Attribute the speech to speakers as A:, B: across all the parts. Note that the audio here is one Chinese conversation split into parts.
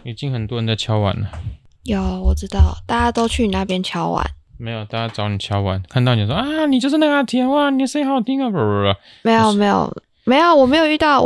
A: 已经很多人在敲碗了。
B: 有，我知道，大家都去你那边敲碗。
A: 没有，大家找你敲碗，看到你说啊，你就是那个阿田哇，你的声音好好听啊，不。
B: 没有，我没有遇到。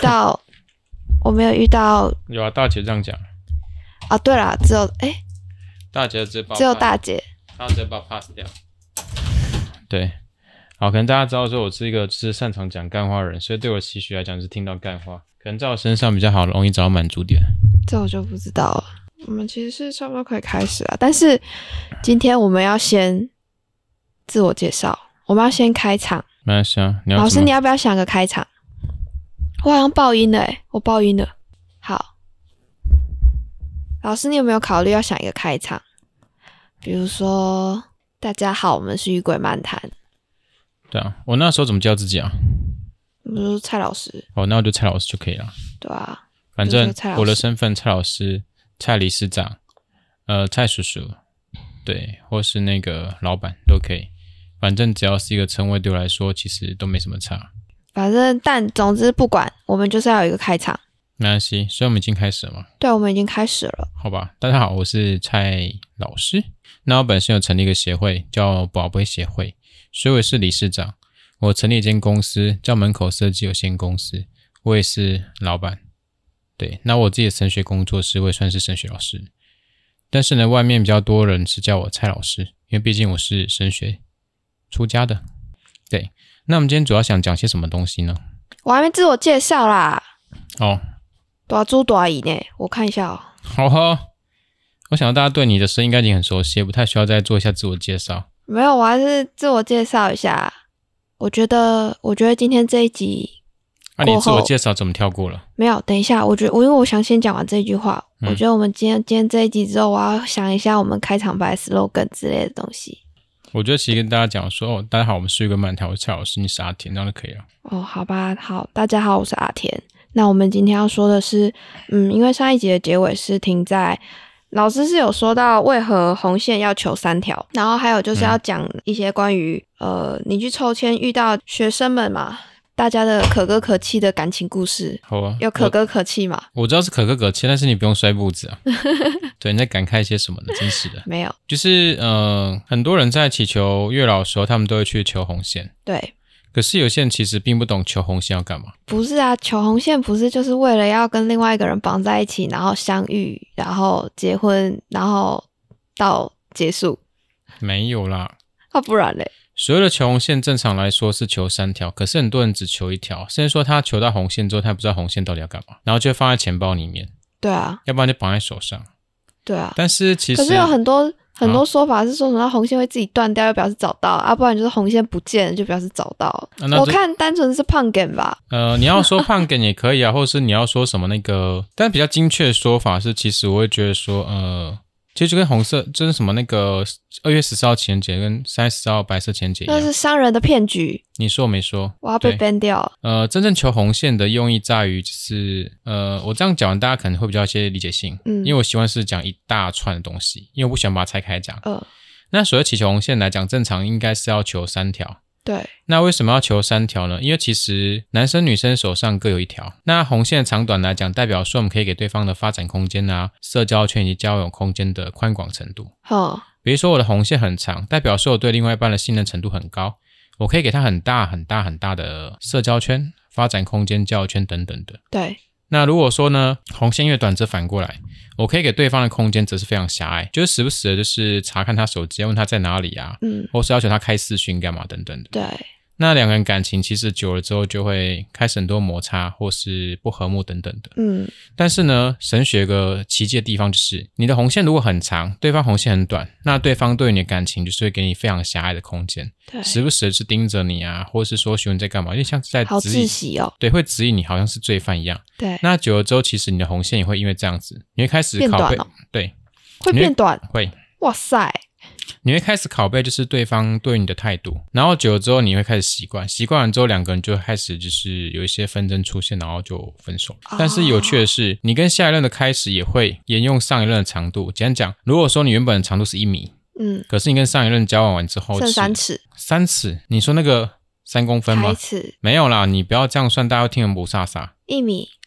A: 有啊，大姐这样讲。
B: 啊，对啦，只有
A: 大姐只
B: 有大姐，
A: 她直接把 pass 掉。对，好，可能大家知道说我是一个就是擅长讲干话的人，所以对我期许来讲是听到干话，可能在我身上比较好，容易找到满足点。
B: 这我就不知道了。我们其实是差不多可以开始了，但是今天我们要先自我介绍，我们要先开场。
A: 没关系啊，
B: 老师你要不要想个开场？我好像爆音了我爆音了。好，老师你有没有考虑要想一个开场？比如说大家好，我们是雨鬼漫谈。
A: 对啊，我那时候怎么叫自己啊？
B: 我说蔡老师。
A: 哦，那我就蔡老师就可以了。
B: 对啊，
A: 反正我的身份蔡老师、蔡理事长、蔡叔叔，对，或是那个老板都可以。反正只要是一个称谓，对我来说其实都没什么差。
B: 但总之不管，我们就是要有一个开场。
A: 没关系，所以我们已经开始了吗？
B: 对，我们已经开始了。
A: 好吧，大家好，我是蔡老师。那我本身有成立一个协会，叫宝贝协会，所以我是理事长。我成立一间公司，叫门口设计有限公司，我也是老板。对，那我自己的神学工作室，我也算是神学老师。但是呢，外面比较多人是叫我蔡老师，因为毕竟我是神学出家的。对，那我们今天主要想讲些什么东西呢？
B: 我还没自我介绍啦。
A: 哦，
B: 大猪大姨呢？我看一下哦。
A: 好呵，我想到大家对你的声音应该已经很熟悉，不太需要再做一下自我介绍。
B: 没有，我还是自我介绍一下。我觉得今天这一集
A: 你自我介绍怎么跳过了？
B: 没有，等一下，因为我想先讲完这句话。我觉得我们今天这一集之后，我要想一下我们开场白 slogan 之类的东西。
A: 我觉得其实跟大家讲说，大家好，我们是一个漫谈，我是蔡老师，你是阿田，这样就可以了。
B: 哦，好吧，好，大家好，我是阿田。那我们今天要说的是，因为上一集的结尾是停在老师是有说到为何红线要求3条，然后还有就是要讲一些关于你去抽签遇到学生们嘛，大家的可歌可泣的感情故事。
A: 好啊，
B: 有可歌可泣吗？
A: 我知道是可歌可泣，但是你不用摔步子啊。对，你在感慨些什么呢？真是的。
B: 没有，
A: 就是很多人在祈求月老的时候，他们都会去求红线。
B: 对。
A: 可是有些人其实并不懂求红线要干嘛。
B: 不是啊，求红线不是就是为了要跟另外一个人绑在一起，然后相遇，然后结婚，然后到结束？
A: 没有啦。
B: 不然嘞？
A: 所谓的求红线正常来说是求3条，可是很多人只求1条，甚至说他求到红线之后，他不知道红线到底要干嘛，然后就会放在钱包里面。
B: 对啊。
A: 要不然就绑在手上。对
B: 啊。
A: 但是其实
B: 可是有很多说法是说什么红线会自己断掉，就表示找到啊，不然就是红线不见了就表示找到。我看单纯是胖梗吧。
A: 你要说胖梗也可以啊，或者是你要说什么那个，但比较精确的说法是，其实我会觉得说，其实就跟红色就是什么那个2月14号情人节跟3月14号白色情人节一样，
B: 那是商人的骗局。
A: 你说我没说？
B: 我要被 ban 掉。
A: 真正求红线的用意在于就是我这样讲完大家可能会比较一些理解性，因为我喜欢是讲一大串的东西，因为我不喜欢把它拆开讲。那所谓祈求红线来讲，正常应该是要求3条。
B: 对。
A: 那为什么要求3条呢？因为其实男生女生手上各有1条。那红线的长短来讲，代表说我们可以给对方的发展空间啊、社交圈以及交友空间的宽广程度。比如说我的红线很长，代表说我对另外一半的信任程度很高，我可以给他很大很大很大的社交圈、发展空间、交友圈等等的。
B: 对。
A: 那如果说呢，红线越短则反过来，我可以给对方的空间则是非常狭隘，就是时不时的就是查看他手机，问他在哪里啊，或是要求他开视讯干嘛等等的。
B: 对。
A: 那两个人感情其实久了之后就会开始很多摩擦或是不和睦等等的。但是呢，神学有个奇迹的地方就是你的红线如果很长，对方红线很短，那对方对你的感情就是会给你非常狭隘的空间，时不时的是盯着你啊，或是说询问你在干嘛，有点像是在
B: 好窒息哦。
A: 对，会质疑你好像是罪犯一样。
B: 对。
A: 那久了之后，其实你的红线也会因为这样子，你会开始拷贝。变短哦。对。
B: 会变短。
A: 会。
B: 哇塞。
A: 你会开始拷贝就是对方对你的态度，然后久了之后你会开始习惯完之后两个人就开始就是有一些纷争出现，然后就分手了。但是有趣的是，你跟下一任的开始也会沿用上一任的长度。简单讲，如果说你原本的长度是1米，可是你跟上一任交往完之后
B: 剩3尺
A: ，3尺，你说那个3公分吗？
B: 3尺没
A: 有啦，你不要这样算，大家会听人不飒飒。
B: 1米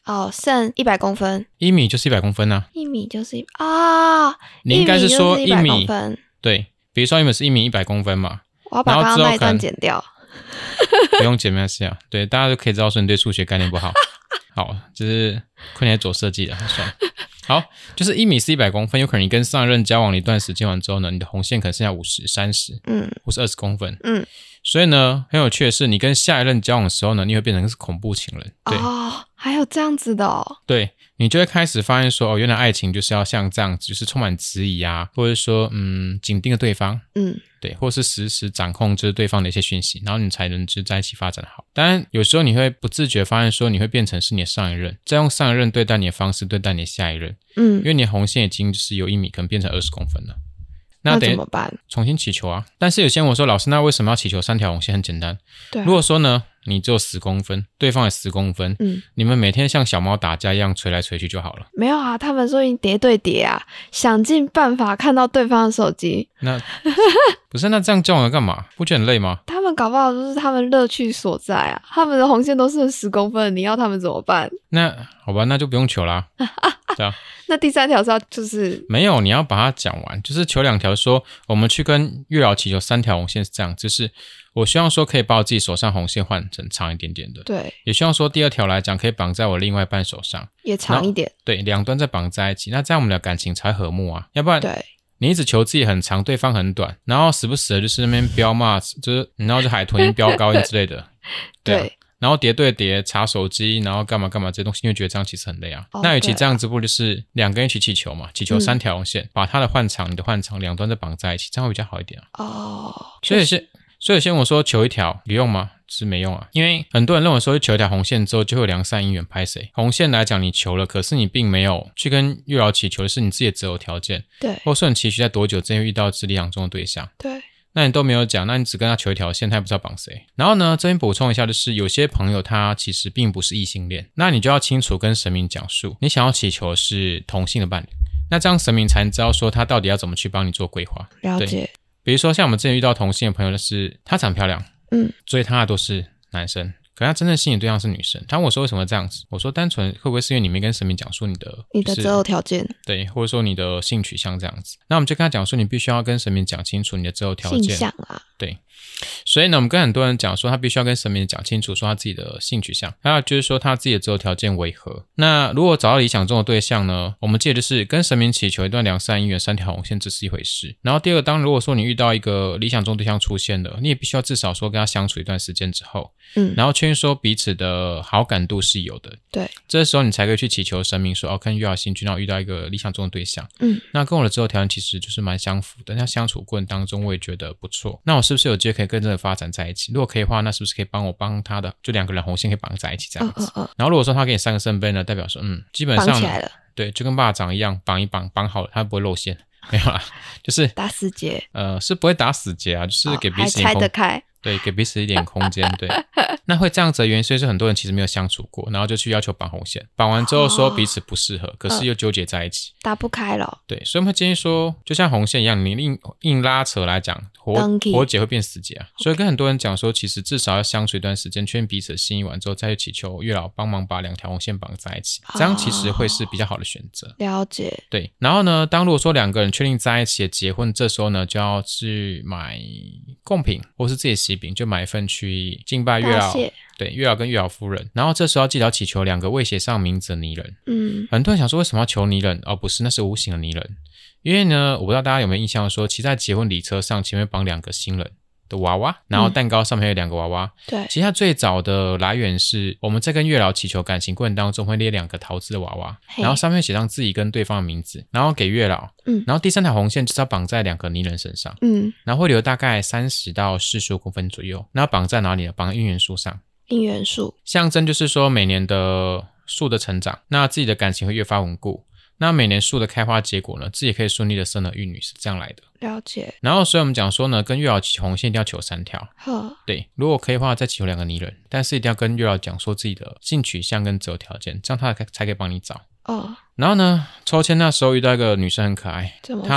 B: 剩100公分
A: ，1米就是100公分啊。
B: ，1米就是
A: 你应该是说
B: 1
A: 米
B: 公分，
A: 对，比如说1米是1米100公分嘛。
B: 我要把刚刚那一段剪掉。
A: 不用剪没关系啊，对，大家都可以知道说你对数学概念不好。好，就是亏你还做设计的，算了。好，就是1米是100公分，有可能你跟上一任交往了一段时间完之后呢，你的红线可能剩下50、30，或是20公分，所以呢，很有趣的是，你跟下一任交往的时候呢，你会变成是恐怖情人，对，
B: 还有这样子的哦，
A: 对，你就会开始发现说，原来爱情就是要像这样子，就是充满质疑啊，或者说，紧盯着对方，对，或是实时掌控就是对方的一些讯息，然后你才能就在一起发展好。当然，有时候你会不自觉发现说，你会变成是你的上一任，再用上一任对待你的方式对待你的下一任，因为你的红线已经就是由1米可能变成20公分了。
B: 那怎么办？
A: 重新起球啊！但是有些人我说，老师，那为什么要起球3条红线？很简单，
B: 对
A: 如果说呢，你只有10公分，对方也10公分，你们每天像小猫打架一样捶来捶去就好了。
B: 没有啊，他们说你叠对叠啊，想尽办法看到对方的手机。
A: 那不是，那这样交往要干嘛？不觉得很累吗？
B: 他们搞不好就是他们乐趣所在啊，他们的红线都是10公分，你要他们怎么办？
A: 那好吧，那就不用求啦。对啊，
B: 那第3条是要就是
A: 没有，你要把它讲完，就是求2条说，我们去跟月老祈求3条红线是这样，就是我希望说可以把我自己手上红线换成长一点点的，
B: 对，
A: 也希望说第2条来讲可以绑在我另外一半手上，
B: 也长一点，
A: 对，两端再绑在一起，那这样我们的感情才和睦啊，要不然
B: 对。
A: 你一直求自己很长，对方很短，然后时不时的就是那边飙骂，就是然后就海豚音、飙高音之类的，对啊，然后叠对叠、查手机，然后干嘛干嘛这些东西，你会觉得这样其实很累啊。那与其这样子，不就是2个人一起祈求嘛？祈求3条红线，把他的换长、你的换长，两端再绑在一起，这样会比较好一点啊。所以有些人我说求1条有用吗？是没用啊，因为很多人认为说求1条红线之后就会良善姻缘，拍谁？红线来讲你求了，可是你并没有去跟月老祈求的是你自己的择偶条件，
B: 对，
A: 或者说你期许在多久之内遇到自理想中的对象，
B: 对，
A: 那你都没有讲，那你只跟他求1条线，他也不知道绑谁。然后呢，这边补充一下，就是有些朋友他其实并不是异性恋，那你就要清楚跟神明讲述，你想要祈求的是同性的伴侣，那这样神明才能知道说他到底要怎么去帮你做规划。
B: 了解。
A: 比如说像我们之前遇到同性的朋友的是，他长漂亮，追他的都是男生，可他真正吸引对象是女生。他问我说为什么这样子？我说单纯会不会是因为你没跟神明讲述你的
B: 择偶条件，
A: 对，或者说你的性取向这样子。那我们就跟他讲说，你必须要跟神明讲清楚你的择偶条件。
B: 性向啊，
A: 对。所以呢，我们跟很多人讲说，他必须要跟神明讲清楚，说他自己的性取向，还有就是说他自己的择偶条件为何。那如果找到理想中的对象呢，我们记得就是跟神明祈求一段良善姻缘，3条红线，这是一回事。然后第二个，如果说你遇到一个理想中对象出现了，你也必须要至少说跟他相处一段时间之后，然后确认说彼此的好感度是有的。
B: 对，
A: 这时候你才可以去祈求神明说，看月老星君，然后遇到一个理想中的对象，那跟我的择偶条件其实就是蛮相符的。那相处过程当中，我也觉得不错。那我是不是有机会可以跟这个发展在一起？如果可以的话，那是不是可以帮他的，就2个人红线可以绑在一起这样子？然后如果说他给你3个圣杯呢，代表说，基本上
B: 绑起来了，
A: 对，就跟蚂蚱一样，绑一绑，绑好了，他不会露馅。没有啦，就是
B: 打死结，
A: 是不会打死结啊，就是给彼此
B: 还拆得开。
A: 对，给彼此一点空间，对。那会这样子的原因，所以是很多人其实没有相处过，然后就去要求绑红线，绑完之后说彼此不适合，可是又纠结在一起，
B: 打不开了。
A: 对，所以我们会建议说，就像红线一样，你硬拉扯来讲，活结会变死结啊。所以跟很多人讲说，其实至少要相处一段时间，确认彼此的心意完之后，再去祈求月老帮忙把2条红线绑在一起，这样其实会是比较好的选择。
B: 了解。对，
A: 然后呢，如果说2个人确定在一起结婚，这时候呢就要去买贡品或是自己的喜饼，就买一份去敬拜月老，对，月老跟月老夫人。然后这时候记得要祈求2个未写上名字的泥人。很多人想说为什么要求泥人？不是，那是无形的泥人。因为呢，我不知道大家有没有印象说，其实在结婚礼车上前面绑2个新人的娃娃，然后蛋糕上面有2个娃娃。
B: 对，
A: 其实它最早的来源是我们在跟月老祈求感情过程当中会列2个陶瓷的娃娃，然后上面写上自己跟对方的名字，然后给月老。然后第3条红线就是要绑在2个泥人身上。然后会留大概30到45公分左右。然后绑在哪里呢？绑在姻缘树上。
B: 姻缘树
A: 象征就是说每年的树的成长，那自己的感情会越发稳固。那每年树的开花结果呢，自己可以顺利的生儿育女，是这样来的。
B: 了解。
A: 然后所以我们讲说呢，跟月老祈红线一定要求3条。对，如果可以的话再祈求2个泥人，但是一定要跟月老讲说自己的性取向跟择偶条件，这样他才可以帮你找。然后呢，抽签那时候遇到一个女生很可爱。
B: 怎么说？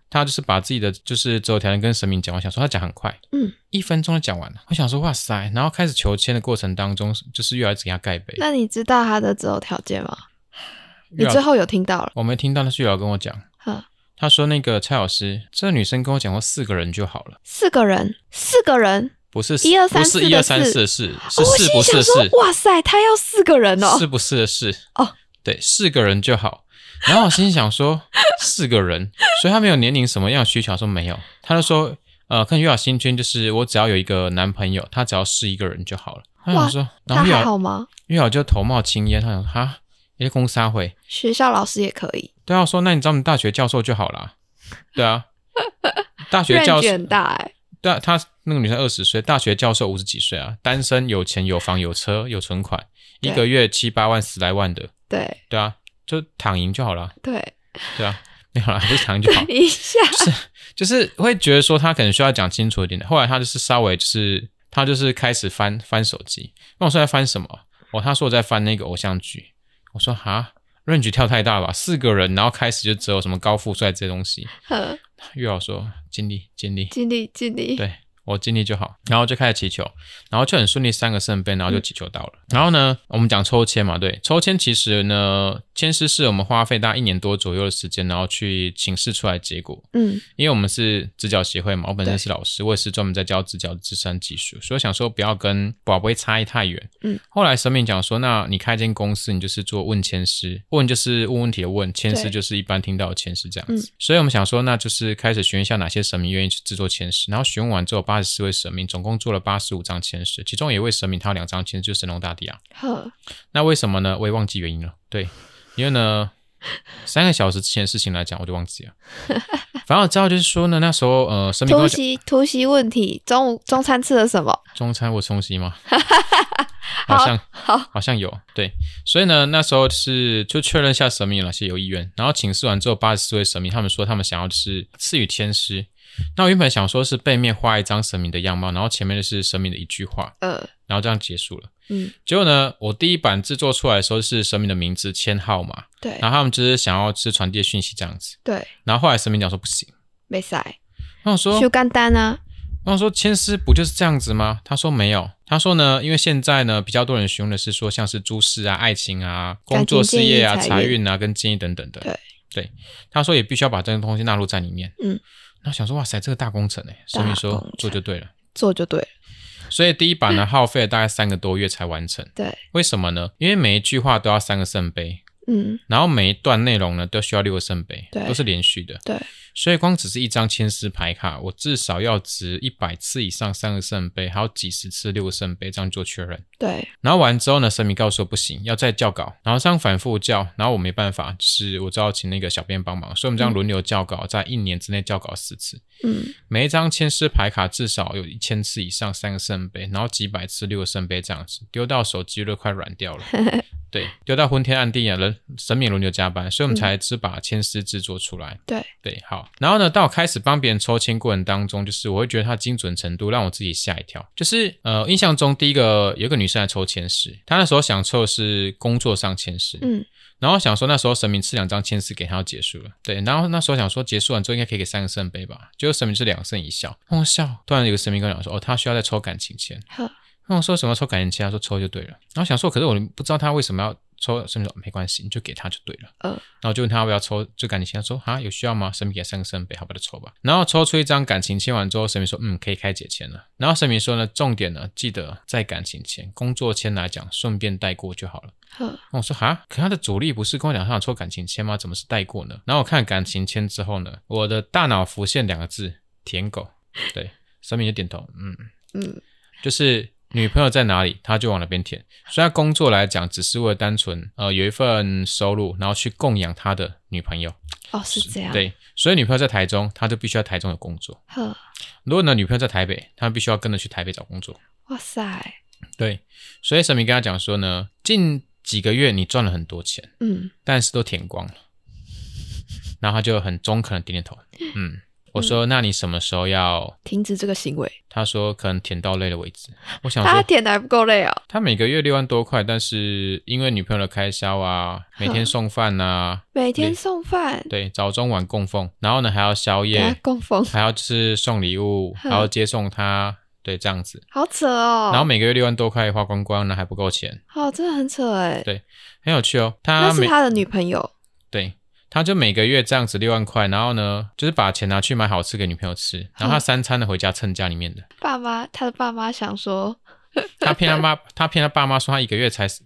A: 他就是把自己的就是择偶条件跟神明讲完，想说他讲很快，1分钟就讲完了。我想说哇塞，然后开始求签的过程当中，就是越来越给他盖杯。
B: 那你知道他的择偶条件吗？你最后有听到了？
A: 我没听到，那是月老跟我讲。他说那个蔡老师，这个女生跟我讲过4个人就好了。
B: 4个人？4个人？
A: 不是
B: 1、2、3、4
A: 不是1、2、3、4的4，是是不是的
B: 是？哇塞，他要4个人哦！
A: 是不是的是
B: 哦，
A: 对，4个人就好。然后我心想说4个人，所以他没有年龄什么样的需求，说没有。他就说看月老星君就是我只要有一个男朋友，他只要是1个人就好了。他想说，然后
B: 他还好吗？
A: 月老就头冒青烟，他想哈，一个公杀会，
B: 学校老师也可以。
A: 对啊，说那你找你大学教授就好了。对啊，大学教授
B: 很大欸。
A: 对啊，她那个女生20岁，大学教授50几岁啊，单身，有钱有房有车有存款，一个月7、8万10来万的。对啊，就躺赢就好了。对啊，没有啦，不是躺赢就好。
B: 等一下，
A: 就是会觉得说他可能需要讲清楚一点的。后来他就是稍微就是他就是开始翻手机，问我说在翻什么？他说我在翻那个偶像剧。我说哈，range 跳太大了吧，4个人，然后开始就只有什么高富帅这些东西。月老说尽力，对，我尽力就好，然后就开始祈求，然后就很顺利3个圣杯，然后就祈求到了。然后呢，我们讲抽签嘛，对，抽签其实呢，签师是我们花费大概1年多左右的时间，然后去请示出来结果。因为我们是直角协会嘛，我本身是老师，我也是专门在教直角的智商技术，所以想说不要跟宝贝差异太远。后来神明讲说，那你开间公司，你就是做问签师，问就是问问题的问，签师就是一般听到的签师这样子。所以我们想说，那就是开始询问一下哪些神明愿意去制作签师，然后询问完之后84位神明，总共做了85张签师，其中有一位神明他有2张签师，就是神农大帝啊。那为什么呢？我也忘记原因了。对，因为呢3个小时之前的事情来讲，我就忘记了。反正我知道就是说呢，那时候神明跟我讲
B: 突袭问题，中餐吃了什么？
A: 中餐我冲洗吗？好像有。对，所以呢那时候是就确认一下神明有哪些有意愿，然后请示完之后84位神明他们说他们想要就是赐予签师。那我原本想说是背面画一张神明的样貌，然后前面就是神明的一句话，然后这样结束了。结果呢，我第一版制作出来的时候是神明的名字签号码，对，然后他们就是想要是传递讯息这样子，对，然后后来神明讲说不行，
B: 没塞，
A: 我说
B: 就简单啊，
A: 我说签师不就是这样子吗？他说没有，他说呢，因为现在呢比较多人询问的是说像是诸事啊、爱情啊、工作事业啊、财运啊跟建议等等的，对，他说也必须要把这个东西纳入在里面，然后想说哇塞，这个大工程神明说做就对了，所以第一版呢耗费了大概3个多月才完成。对，为什么呢？因为每一句话都要3个圣杯，然后每一段内容呢都需要6个圣杯，都是连续的。对，所以光只是一张签师牌卡，我至少要值100次以上3个圣杯，还有几十次6个圣杯，这样做确认。对，然后完之后呢，神明告诉我不行，要再校稿，然后这样反复校，然后我没办法，就是我只好请那个小编帮忙，所以我们这样轮流校稿，在1年之内校稿4次。每一张签师牌卡至少有1000次以上3个圣杯，然后几百次6个圣杯这样子，丢到手机都快软掉了。对，丢到昏天暗地啊，神明轮流加班，所以我们才只把签师制作出来。对，好。然后呢，到我开始帮别人抽签过程当中，就是我会觉得它精准程度让我自己吓一跳。就是印象中第一个有一个女生来抽签师，她那时候想抽的是工作上签师，然后想说那时候神明赐2张签师给她就结束了。对，然后那时候想说结束完之后应该可以给3个圣杯吧，结果神明是2胜1笑。我笑，突然有个神明跟我讲说，他需要再抽感情签。那我说什么抽感情签？他说抽就对了。然后想说，可是我不知道他为什么要抽，神明说没关系，你就给他就对了。然后就问他要不要抽就感情签，他说有需要吗？神明给3个圣杯，好，把它抽吧。然后抽出一张感情签完之后，神明说可以开解签了。然后神明说呢，重点呢记得在感情签，工作签来讲顺便带过就好了。那我说可他的主力不是跟我讲他想抽感情签吗？怎么是带过呢？然后我看感情签之后呢，我的大脑浮现2个字：舔狗。对，神明就点头，就是女朋友在哪里他就往那边舔，所以他工作来讲只是为了单纯有一份收入，然后去供养他的女朋友。
B: 是这样。
A: 对，所以女朋友在台中，他就必须要台中有工作。如果呢女朋友在台北，他必须要跟着去台北找工作。哇塞。对，所以神明跟他讲说呢，近几个月你赚了很多钱，但是都舔光了。然后他就很中肯的点点头， 我说那你什么时候要
B: 停止这个行为？
A: 他说可能舔到累了为止。我想说
B: 他舔的还不够累哦。
A: 他每个月6万多块，但是因为女朋友的开销啊，每天送饭啊，
B: 每天送饭，
A: 对，早中晚供奉，然后呢还要宵夜
B: 供奉，
A: 还要就是送礼物，还要接送他，对，这样子
B: 好扯哦。
A: 然后每个月6万多块花光光，那还不够钱。
B: 真的很扯耶。
A: 对，很有趣哦。
B: 那是他的女朋友。
A: 对，他就每个月这样子6万块，然后呢就是把钱拿去买好吃给女朋友吃，然后他3餐的回家蹭家里面的。
B: 他的爸妈想说
A: 他骗他爸妈说他一个月才是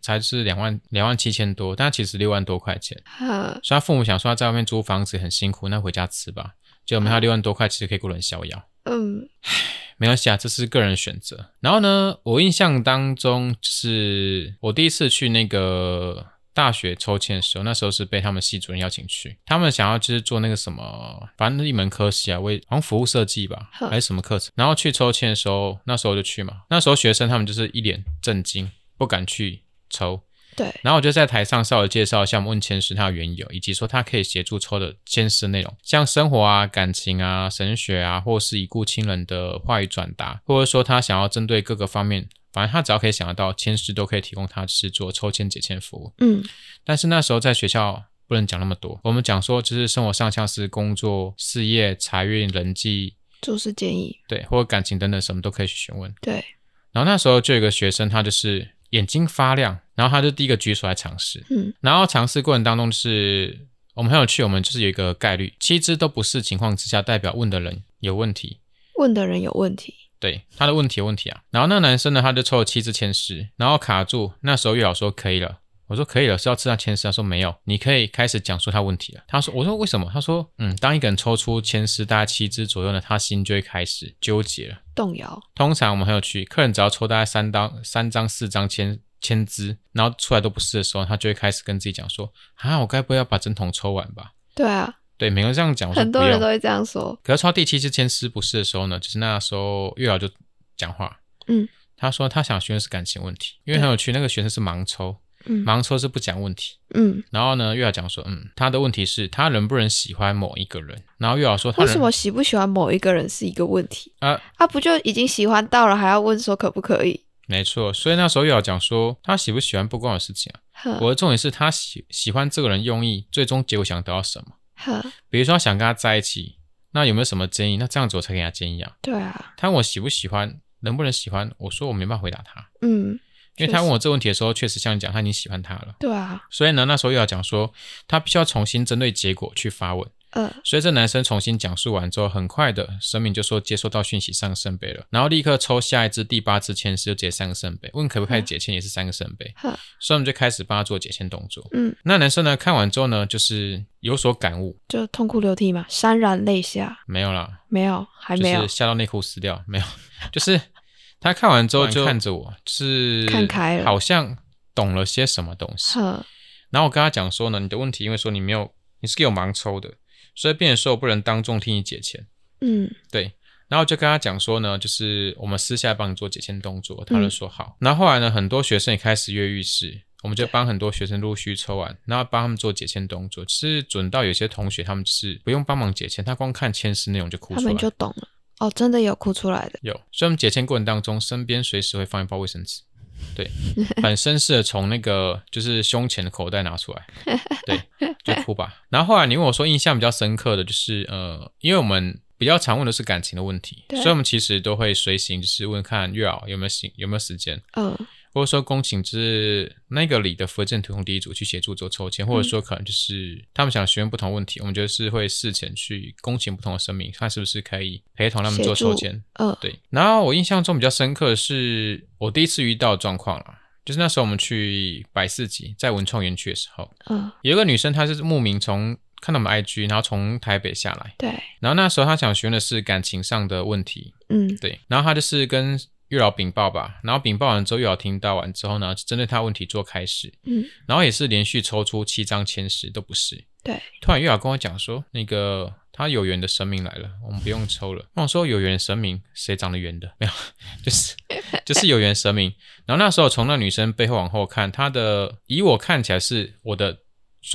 A: 27000多，但他其实6万多块钱。所以他父母想说他在外面租房子很辛苦，那回家吃吧。结果他6万多块其实可以过得很逍遥。没关系啊，这是个人选择。然后呢，我印象当中就是我第一次去那个大学抽签的时候，那时候是被他们系主任邀请去，他们想要就是做那个什么，反正一门科系啊，好像服务设计吧，还是什么课程。然后去抽签的时候，那时候就去嘛，那时候学生他们就是一脸震惊，不敢去抽。
B: 对，
A: 然后我就在台上稍微介绍一下我们问签师他的缘由，以及说他可以协助抽的签师内容，像生活啊、感情啊、神学啊，或是已故亲人的话语转达，或者说他想要针对各个方面，反正他只要可以想得到，签师都可以提供他是做抽签解签服务。但是那时候在学校不能讲那么多，我们讲说就是生活上像是工作、事业、财运、人际、
B: 做事建议，
A: 对，或者感情等等什么都可以去询问。
B: 对，
A: 然后那时候就有一个学生，他就是眼睛发亮，然后他就第一个举手来尝试。然后尝试过程当中就是我们很有趣，我们就是有一个概率，7支都不是情况之下，代表问的人有问题。
B: 问的人有问题。
A: 对，他的问题有问题啊。然后那个男生呢，他就抽了7支签师，然后卡住。那时候月老说可以了，我说可以了，是要吃他签师。他说没有，你可以开始讲述他问题了。我说为什么？他说当一个人抽出签师大概7支左右呢，他心就会开始纠结了，
B: 动摇。通
A: 常我们很有趣，客人只要抽大概3张4张签支，然后出来都不是的时候，他就会开始跟自己讲说我该不会要把整桶抽完吧？
B: 对啊，
A: 对，每个人这样讲，我说
B: 很多人都会这样说。
A: 可是抽到第7支签师不是的时候呢，就是那时候月老就讲话，他说他想询问是感情问题，因为很有趣，那个学生是盲抽，盲抽是不讲问题，然后呢，月老讲说，他的问题是他能不能喜欢某一个人，然后月老说他
B: 为什么喜不喜欢某一个人是一个问题他不就已经喜欢到了，还要问说可不可以？
A: 没错，所以那时候月老讲说他喜不喜欢不关我的事情啊，我的重点是他喜欢这个人用意，最终结果想得到什么。比如说他想跟他在一起，那有没有什么建议？那这样子我才给他建议啊。
B: 对啊，
A: 他问我喜不喜欢，能不能喜欢，我说我没办法回答他。因为他问我这个问题的时候，确实像你讲，他已经喜欢他了。
B: 对啊，
A: 所以呢，那时候又要讲说，他必须要重新针对结果去发问。所以这男生重新讲述完之后，很快的神明就说接收到讯息3个圣杯了，然后立刻抽下一支第8支签师就解3个圣杯，问可不可以解签也是3个圣杯，所以我们就开始帮他做解签动作。那男生呢看完之后呢，就是有所感悟，
B: 就痛哭流涕嘛，潸然泪下。
A: 没有啦，
B: 没有，还没有，
A: 就是吓到内裤撕掉，没有，就是他看完之后就看着我，就是
B: 看开了，
A: 好像懂了些什么东西。然后我跟他讲说呢，你的问题因为说你是给我盲抽的，所以变成说我不能当众替你解签。对。然后就跟他讲说呢，就是我们私下帮你做解签动作，他就说好。然后后来呢，很多学生也开始跃跃欲试，我们就帮很多学生陆续抽完，然后帮他们做解签动作，就是准到有些同学他们就是不用帮忙解签，他光看签师内容就哭出来，
B: 他们就懂了。哦，真的有哭出来的，
A: 有。所以我们解签过程当中，身边随时会放一包卫生纸，对，很绅士的从那个就是胸前的口袋拿出来，对，就哭吧。然后后来你问我说印象比较深刻的就是因为我们比较常问的是感情的问题，所以我们其实都会随行就是问看月老有没有时间，或者说恭请就是那个里的福建土空第一组去协助做抽签，或者说可能就是他们想询问不同问题，我们就是会事前去恭请不同的神明，看是不是可以陪同他们做抽签。对。然后我印象中比较深刻的是我第一次遇到的状况啦，就是那时候我们去百事集在文创园区的时候，有一个女生她是慕名从看到我们 IG 然后从台北下来，
B: 对，
A: 然后那时候她想询问的是感情上的问题，对，然后她就是跟月老禀报吧，然后禀报完之后月老听到完之后呢，针对他问题做开始，然后也是连续抽出7张签师都不是，
B: 对，
A: 突然月老跟我讲说那个他有缘的神明来了，我们不用抽了。我说有缘的神明谁长得圆的？没有，就是有缘神明。然后那时候从那女生背后往后看，她的以我看起来是我的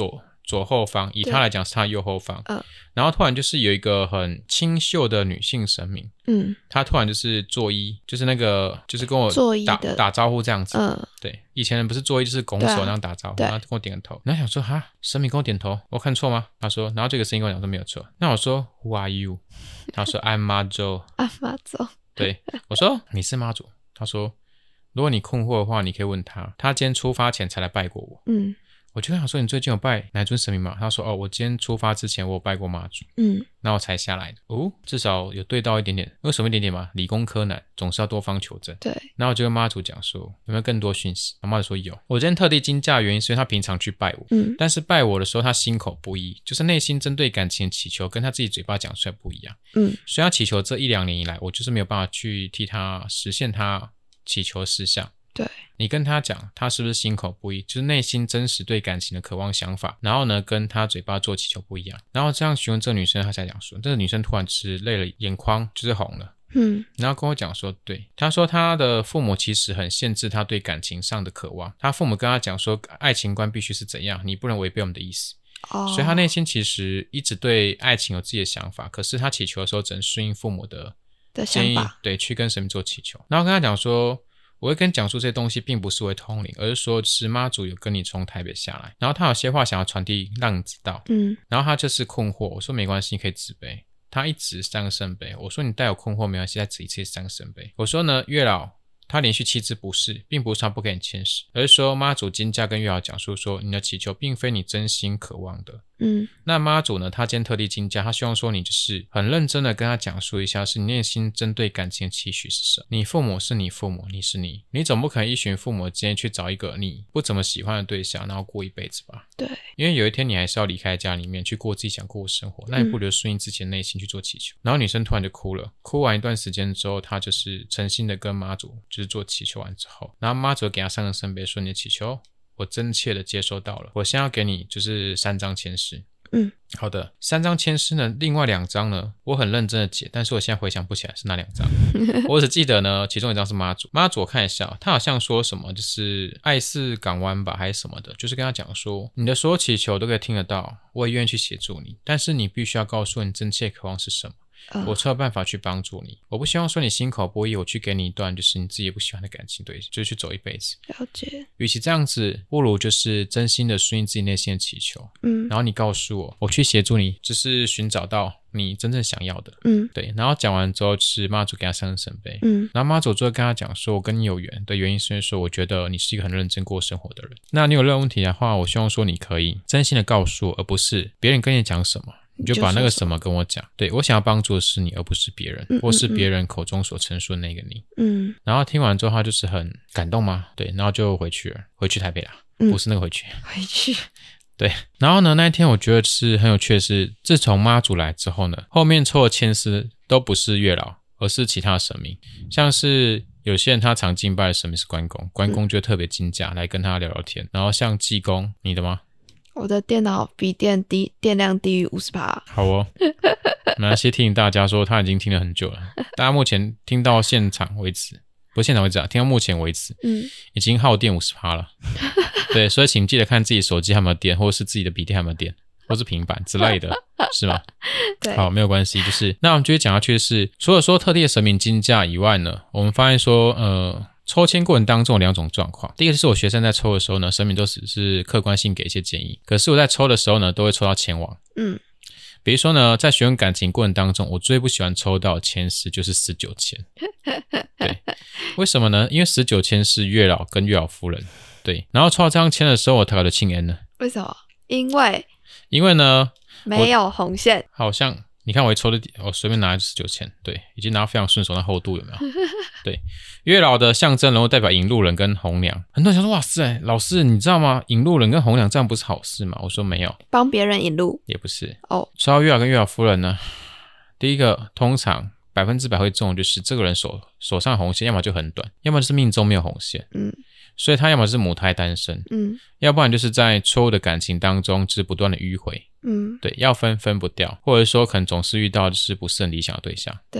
A: 左后方，以他来讲是他右后方，然后突然就是有一个很清秀的女性神明，她突然就是作揖，就是那个就是跟我打招呼这样子，对，以前人不是作揖就是拱手那样打招呼，然后跟我点个头，然后想说哈，神明跟我点头，我看错吗？他说，然后这个声音跟我讲说没有错，那我说 Who are you？ 他说 I'm 妈祖，
B: 妈祖，对，
A: 我说你是妈祖，他说如果你困惑的话，你可以问他，他今天出发前才来拜过我，我就想说你最近有拜哪尊神明吗？他说我今天出发之前我有拜过妈祖，然后我才下来的，至少有对到一点点，为什么一点点嘛？理工科男总是要多方求证，对，然后我就跟妈祖讲说有没有更多讯息，妈祖说有，我今天特地惊驾的原因是因为他平常去拜我，但是拜我的时候他心口不一，就是内心针对感情的祈求跟他自己嘴巴讲出来不一样，所以他祈求这1-2年以来，我就是没有办法去替他实现他祈求的事项，对，你跟他讲他是不是心口不一，就是内心真实对感情的渴望想法，然后呢跟他嘴巴做祈求不一样，然后这样询问这个女生，她才讲说这个女生突然是泪了，眼眶就是红了，然后跟我讲说，对，她说她的父母其实很限制她对感情上的渴望，她父母跟她讲说爱情观必须是怎样，你不能违背我们的意思，所以她内心其实一直对爱情有自己的想法，可是她祈求的时候只能顺应父母的建议，对，去跟神明做祈求，然后跟她讲说我会跟讲述这些东西并不是为通灵，而是说是妈祖有跟你从台北下来，然后他有些话想要传递让你知道，然后他就是困惑，我说没关系，你可以指杯，他一直3个圣杯，我说你带有困惑没关系，再指一次3个圣杯，我说呢月老他连续7次不是，并不是他不给你签诗，而是说妈祖金驾跟月老讲述说你的祈求并非你真心渴望的，那妈祖呢他今天特地金驾，他希望说你就是很认真的跟他讲述一下是你内心针对感情的期许是什么，你父母是你父母，你是你，你总不可能依循父母的建议去找一个你不怎么喜欢的对象然后过一辈子吧，对，因为有一天你还是要离开家里面去过自己想过的生活，那你不如顺应自己的内心去做祈求，然后女生突然就哭了，哭完一段时间之后，她就是诚心的跟妈祖就是做祈求完之后，然后妈祖给她3个圣杯说你的祈求我真切的接收到了，我现在要给你就是3张签诗，好的，3张签诗呢，另外2张呢我很认真的解，但是我现在回想不起来是哪2张我只记得呢其中1张是妈祖，妈祖我看一下，他好像说什么就是爱似港湾吧还是什么的，就是跟他讲说你的所有祈求都可以听得到，我也愿意去协助你，但是你必须要告诉我你真切渴望是什么，我才有办法去帮助你，我不希望说你心口不一，我去给你一段就是你自己也不喜欢的感情，对，就是去走一辈子，了解，与其这样子不如就是真心的顺应自己内心的祈求，然后你告诉我，我去协助你就是寻找到你真正想要的，对，然后讲完之后就是妈祖给他3个圣杯，然后妈祖就会跟他讲说我跟你有缘的原因是因为说我觉得你是一个很认真过生活的人，那你有任何问题的话，我希望说你可以真心的告诉我，而不是别人跟你讲什么你就把那个什么跟我讲，对，我想要帮助的是你而不是别人，或是别人口中所陈述的那个你，然后听完之后他就是很感动嘛，对，然后就回去台北啦，不是那个回去对，然后呢那一天我觉得是很有趣的是，自从妈祖来之后呢，后面抽的签诗都不是月老，而是其他神明，像是有些人他常敬拜的神明是关公，关公就特别金驾来跟他聊聊天，然后像济公，你的吗？
B: 我的电脑笔电量低于 50%。
A: 好哦，那先提醒大家说他已经听了很久了，大家目前听到现场为止，不是现场为止啊，听到目前为止已经耗电 50% 了对，所以请记得看自己手机还有没有电，或是自己的笔电还有没有电，或是平板之类的是吗？对，好，没有关系，就是那我们继续讲下去的是，除了说特地的神明金驾以外呢，我们发现说抽签过程当中有2种状况，第一个是我学生在抽的时候呢，神明都只是客观性给一些建议，可是我在抽的时候呢都会抽到签王，比如说呢在询问感情过程当中，我最不喜欢抽到的签诗就是19签对，为什么呢？因为19签是月老跟月老夫人，对，然后抽到这张签的时候我头就庆恩了，
B: 为什么？因为
A: 呢
B: 没有红线，
A: 好像你看我一抽的，我随便拿19签，对，已经拿非常顺手，那厚度有没有对，月老的象征人物代表引路人跟红娘，很多人想说哇塞老师你知道吗，引路人跟红娘这样不是好事吗？我说没有，
B: 帮别人引路也
A: 不是抽到月老跟月老夫人呢，第一个通常100%会中，就是这个人手上的红线要么就很短，要么就是命中没有红线，所以他要么是母胎单身，要不然就是在错误的感情当中就是不断的迂回，对，要分不掉，或者说可能总是遇到就是不是很理想的对象，对，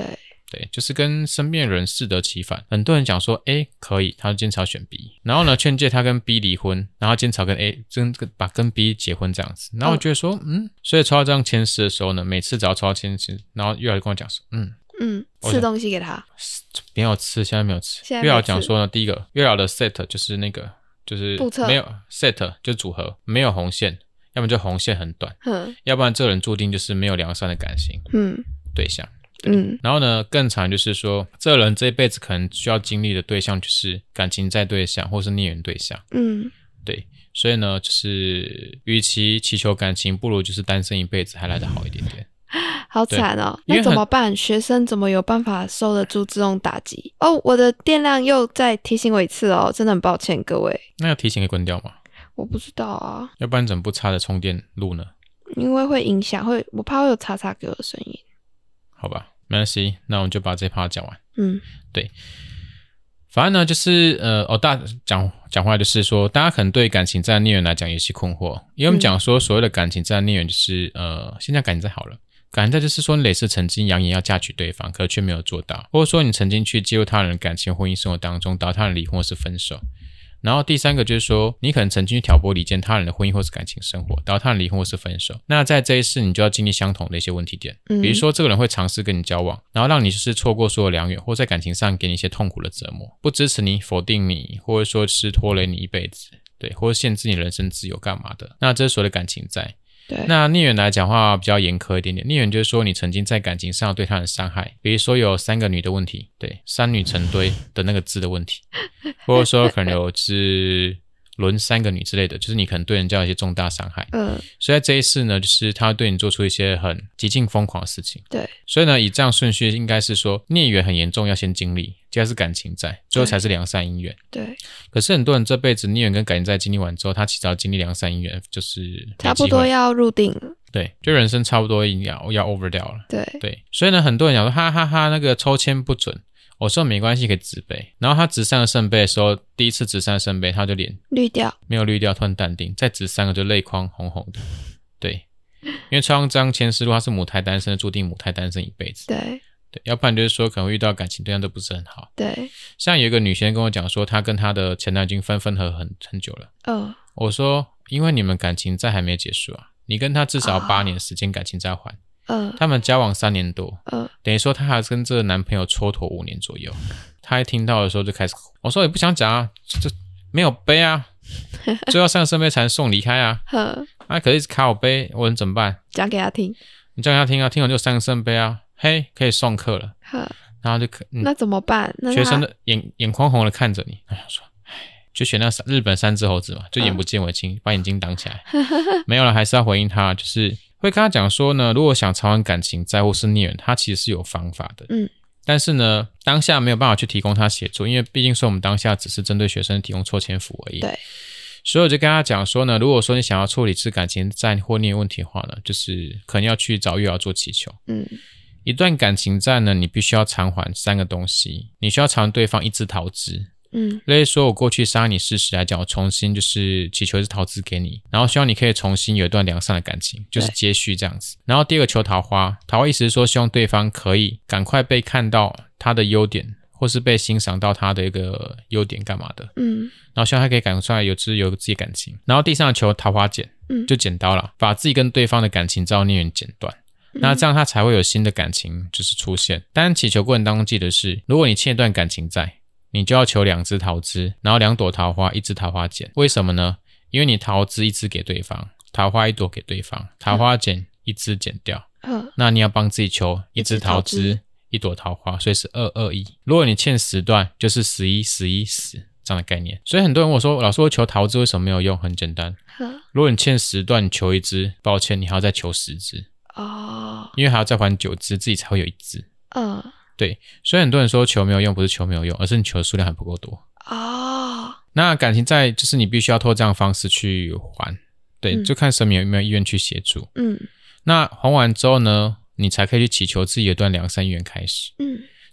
A: 对，就是跟身边的人适得其反。很多人讲说 A 可以，他就坚持要选 B， 然后呢劝诫他跟 B 离婚，然后坚持要跟 A 跟 B 结婚这样子。然后我觉得说所以抽到这张签诗的时候呢，每次只要抽到签诗，然后月老就跟我讲说
B: 吃东西给他，
A: 没有吃，现在没有吃。月老讲说呢，第一个月老的 set 就是那个就是没有 set 就组合没有红线，要么就红线很短，要不然这个人注定就是没有良善的感情对象。然后呢更惨就是说这个人这一辈子可能需要经历的对象就是感情债对象或是孽缘对象对，所以呢就是与其祈求感情，不如就是单身一辈子还来得好一点点。
B: 好惨哦，那怎么办？学生怎么有办法受得住这种打击？我的电量又再提醒我一次哦，真的很抱歉各位。
A: 那要提醒可以关掉吗？
B: 我不知道啊，
A: 要不然整部插着充电录呢？
B: 因为会影响，我怕会有叉叉给我的声音。
A: 好吧，没关系，那我们就把这 part 讲完。对，反正呢就是大家讲回来就是说，大家可能对感情债孽缘来讲有些困惑，因为我们讲说所谓的感情债孽缘就是先讲感情债好了。感情债就是说你类似曾经扬言要嫁娶对方，可却没有做到，或者说你曾经去介入他人的感情婚姻生活当中，导致他人离婚或是分手。然后第三个就是说你可能曾经去挑拨离间他人的婚姻或是感情生活，导致他人离婚或是分手。那在这一世你就要经历相同的一些问题点，比如说这个人会尝试跟你交往，然后让你就是错过所有良缘，或在感情上给你一些痛苦的折磨，不支持你，否定你，或者说是拖累你一辈子，对，或者限制你人身自由干嘛的。那这是所谓的感情债。那孽缘来讲的话比较严苛一点点，孽缘就是说你曾经在感情上对他人伤害，比如说有3个女的问题，对，三女成堆的那个字的问题，或者说可能有就是轮3个女之类的，就是你可能对人家有一些重大伤害所以在这一世呢就是他会对你做出一些很极尽疯狂的事情。
B: 对，
A: 所以呢以这样顺序应该是说孽缘很严重要先经历，接下来是感情债，最后才是良善姻缘。
B: 对，可
A: 是很多人这辈子孽缘跟感情债经历完之后，他其实要经历良善姻缘就是
B: 差不多要入定了。
A: 对，就人生差不多要 over 掉了。
B: 对，
A: 所以呢很多人讲说哈哈哈那个抽签不准，我说没关系可以直背，然后他直3个圣杯的时候，第一次直3圣杯他就脸
B: 绿掉，
A: 没有绿掉，突然淡定，再直3个就泪眶红红的。对，因为抽到这张签诗，如果他是母胎单身，注定母胎单身一辈子。
B: 对，
A: 要不然就是说可能会遇到感情对象都不是很好。
B: 对，
A: 像有一个女生跟我讲说她跟她的前男友已经分合很久了我说因为你们感情债还没结束啊，你跟他至少8年时间感情债还他们交往3年多等于说她还跟这个男朋友蹉跎5年左右。她一听到的时候就开始哭，我说也不想讲啊，这没有杯啊最后3个圣杯才能送离开啊可是一直卡我杯，我能怎么办？讲
B: 给他听，
A: 你讲给他听啊，听完就3个圣杯啊，嘿可以送客了然后就
B: 那怎么办？那
A: 学生的眼眶红的看着你，说就选那日本3只猴子嘛，就眼不见为净把眼睛挡起来没有了，还是要回应他，就是会跟他讲说呢，如果想偿还感情债或是孽缘，他其实是有方法的但是呢当下没有办法去提供他协助，因为毕竟说我们当下只是针对学生提供抽签服而已。
B: 对，
A: 所以我就跟他讲说呢，如果说你想要处理是感情债或孽问题的话呢，就是可能要去找月老做祈求一段感情债呢，你必须要偿还3个东西，你需要偿还对方1只桃枝例如说我过去伤害你事实来讲，我重新就是祈求1只桃枝给你，然后希望你可以重新有一段良善的感情，就是接续这样子。然后第2个求桃花，桃花意思是说希望对方可以赶快被看到他的优点，或是被欣赏到他的一个优点干嘛的然后希望他可以感出来有自己的感情。然后第3个求桃花剪就剪刀了，把自己跟对方的感情债孽缘剪断那这样他才会有新的感情就是出现。但祈求过程当中记得是，如果你欠一段感情债，你就要求2只桃枝，然后2朵桃花1只桃花剪。为什么呢？因为你桃枝1只给对方，桃花1朵给对方，桃花剪1只剪掉那你要帮自己求1只桃枝1朵桃花，所以是221。如果你欠10段就是11 11 10这样的概念。所以很多人问我说，老师我求桃枝为什么没有用？很简单，如果你欠10段你求1只，抱歉你还要再求10只因为还要再还9只，自己才会有1只对，所以很多人说求没有用，不是求没有用，而是你求的数量还不够多那感情债就是你必须要透过这样的方式去还，对就看神明有没有意愿去协助那还完之后呢，你才可以去祈求自己有一段良善姻缘开始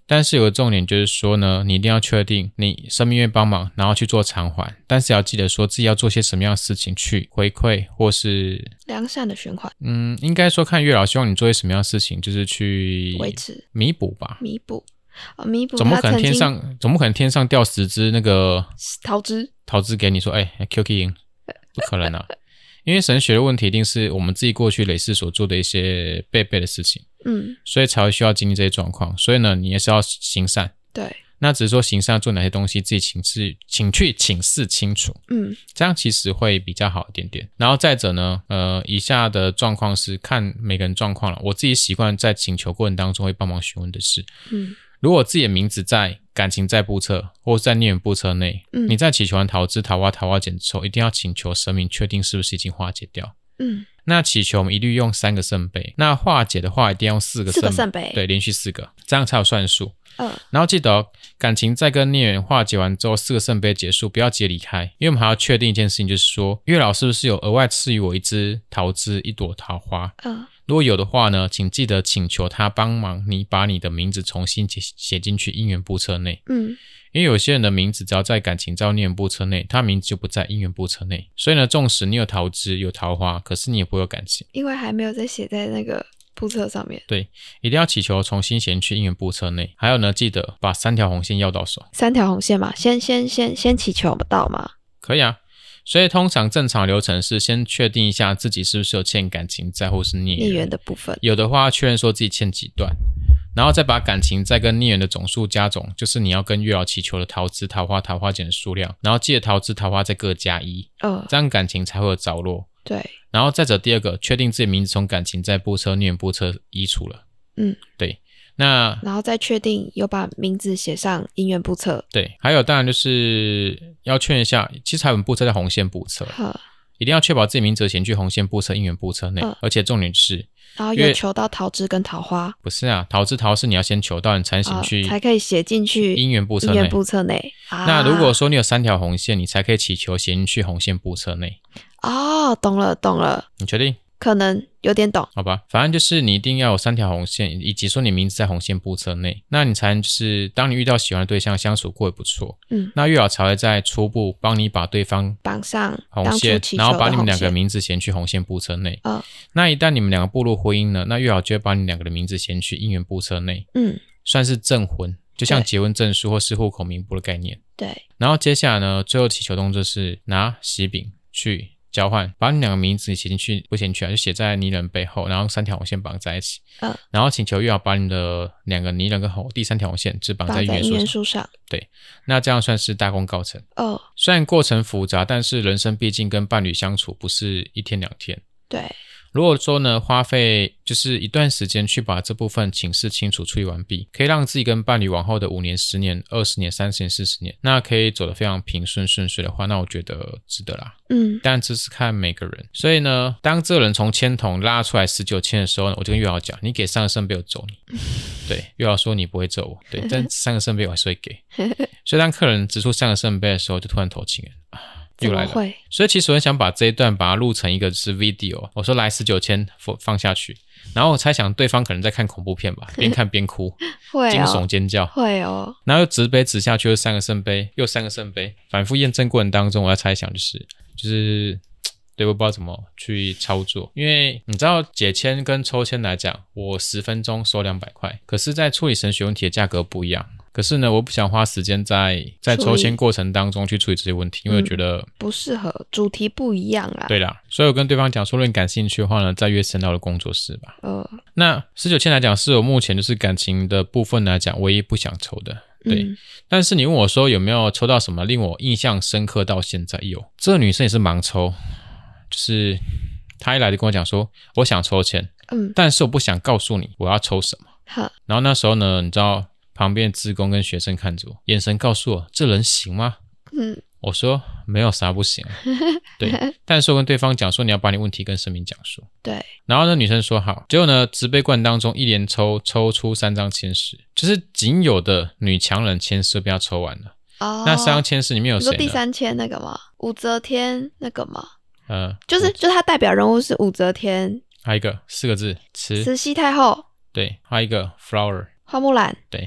A: 但是有个重点就是说呢，你一定要确定你生命愿帮忙，然后去做偿还，但是要记得说自己要做些什么样的事情去回馈或是
B: 良善的循环。
A: 应该说看月老希望你做些什么样的事情，就是去
B: 维持
A: 弥补吧。
B: 弥补
A: 总不可能天上掉10只那个桃枝给你说QQ 赢，不可能啊。因为神学的问题一定是我们自己过去累世所做的一些背的事情，所以才会需要经历这些状况。所以呢，你也是要行善。
B: 对，
A: 那只是说行善要做哪些东西，自己请去请示清楚，这样其实会比较好一点点。然后再者呢，以下的状况是看每个人状况了。我自己习惯在请求过程当中会帮忙询问的是，如果自己的名字在感情在簿册或是在孽缘簿册内，你在祈求完桃枝、桃花剪之后，一定要请求神明确定是不是已经化解掉。那祈求我们一律用3个圣杯，那化解的话一定要用4个圣杯，对，连续4个，这样才有算数。然后记得感情在跟孽缘化解完之后，4个圣杯结束，不要直接离开，因为我们还要确定一件事情，就是说月老是不是有额外赐予我1支桃枝、1朵桃花。如果有的话呢，请记得请求他帮忙你把你的名字重新写进去姻缘簿册内。因为有些人的名字只要在感情在孽缘簿册内，他名字就不在姻缘簿册内。所以呢，纵使你有桃枝有桃花，可是你也不会有感情，
B: 因为还没有再写在那个簿册上面。
A: 对，一定要祈求重新写进去姻缘簿册内。还有呢，记得把3条红线要到手。
B: 3条红线嘛，先祈求到吗？
A: 可以啊。所以通常正常流程是先确定一下自己是不是有欠感情债或是孽缘
B: 的部分，
A: 有的话确认说自己欠几段，然后再把感情债跟孽缘的总数加总，就是你要跟月老祈求的桃枝、桃花剪的数量，然后记得桃枝、桃花再各加1，这样感情才会有着落。
B: 对，
A: 然后再者第2个，确定自己名字从感情债簿册、孽缘簿册移除了。对。然
B: 后再确定有把名字写上姻缘簿册。
A: 对，还有当然就是要确认一下，其实还有簿册在红线簿册，一定要确保自己名字写进去红线簿册、姻缘簿册内，而且重点是，
B: 然后有求到桃枝跟桃花。
A: 不是啊，桃枝是你要先求到，你才行去，
B: 才可以写进去
A: 姻缘簿册内。那如果说你有3条红线，你才可以祈求写进去红线簿册内。
B: 懂了。
A: 你确定？
B: 可能有点懂，
A: 好吧，反正就是你一定要有3条红线，以及说你名字在红线簿册内，那你才能就是当你遇到喜欢的对象相处过也不错，那月老才会在初步帮你把对方
B: 绑上
A: 红线，然后把你们2个名字写去红线簿册内。那一旦你们2个步入婚姻呢，那月老就会把你2个的名字写去姻缘簿册内，算是证婚，就像结婚证书或是户口名簿的概念。
B: 对。
A: 然后接下来呢，最后祈求动作是拿喜饼去交换，把你2个名字写进去，不写进去就写在泥人背后，然后3条红线绑在一起。然后请求月老把你的2个泥人跟第3条红线只绑在姻缘树上。对，那这样算是大功告成。虽然过程复杂，但是人生毕竟跟伴侣相处不是1天2天。
B: 对。
A: 如果说呢，花费就是一段时间去把这部分请示清楚处理完毕，可以让自己跟伴侣往后的5年、10年、20年、30年、40年，那可以走得非常平顺顺遂的话，那我觉得值得啦。但这是看每个人。所以呢，当这个人从签筒拉出来19签的时候呢，我就跟月老讲，你给3个圣杯我走你。对，月老说你不会揍我，对，但3个圣杯我还是会给。所以当客人指出3个圣杯的时候，就突然头轻了。又来了，所以其实我很想把这一段把它录成一个就是 video， 我说来19签放下去，然后我猜想对方可能在看恐怖片吧，边看边哭，惊悚尖叫，
B: 会哦，
A: 然后又指杯指下去又3个圣杯，又3个圣杯，反复验证过程当中，我要猜想就是对，我不知道怎么去操作，因为你知道解签跟抽签来讲，我10分钟收200块，可是在处理神学问题的价格不一样。可是呢，我不想花时间在抽签过程当中去处理这些问题，因为我觉得
B: 不适合，主题不一样啦。
A: 对啦，所以我跟对方讲说，如果你感兴趣的话呢，再约神道的工作室吧。那19签来讲，是我目前就是感情的部分来讲，唯一不想抽的。对，但是你问我说有没有抽到什么令我印象深刻到现在？有，这个女生也是盲抽，就是她一来就跟我讲说，我想抽签，但是我不想告诉你我要抽什么。然后那时候呢，你知道旁边的志工跟学生看着我，眼神告诉我这人行吗？我说没有啥不行。对，但是我跟对方讲说你要把你问题跟神明讲述。
B: 对，
A: 然后呢女生说好，结果呢直杯罐当中一连抽出3张签诗，就是仅有的女强人签诗被他抽完了。那3张签诗里面有谁呢？
B: 你说第3签那个吗？武则天那个吗？就是他代表人物是武则天，
A: 还有一个4个字慈
B: 禧太后。
A: 对，还有一个 flower
B: 花木兰。
A: 对，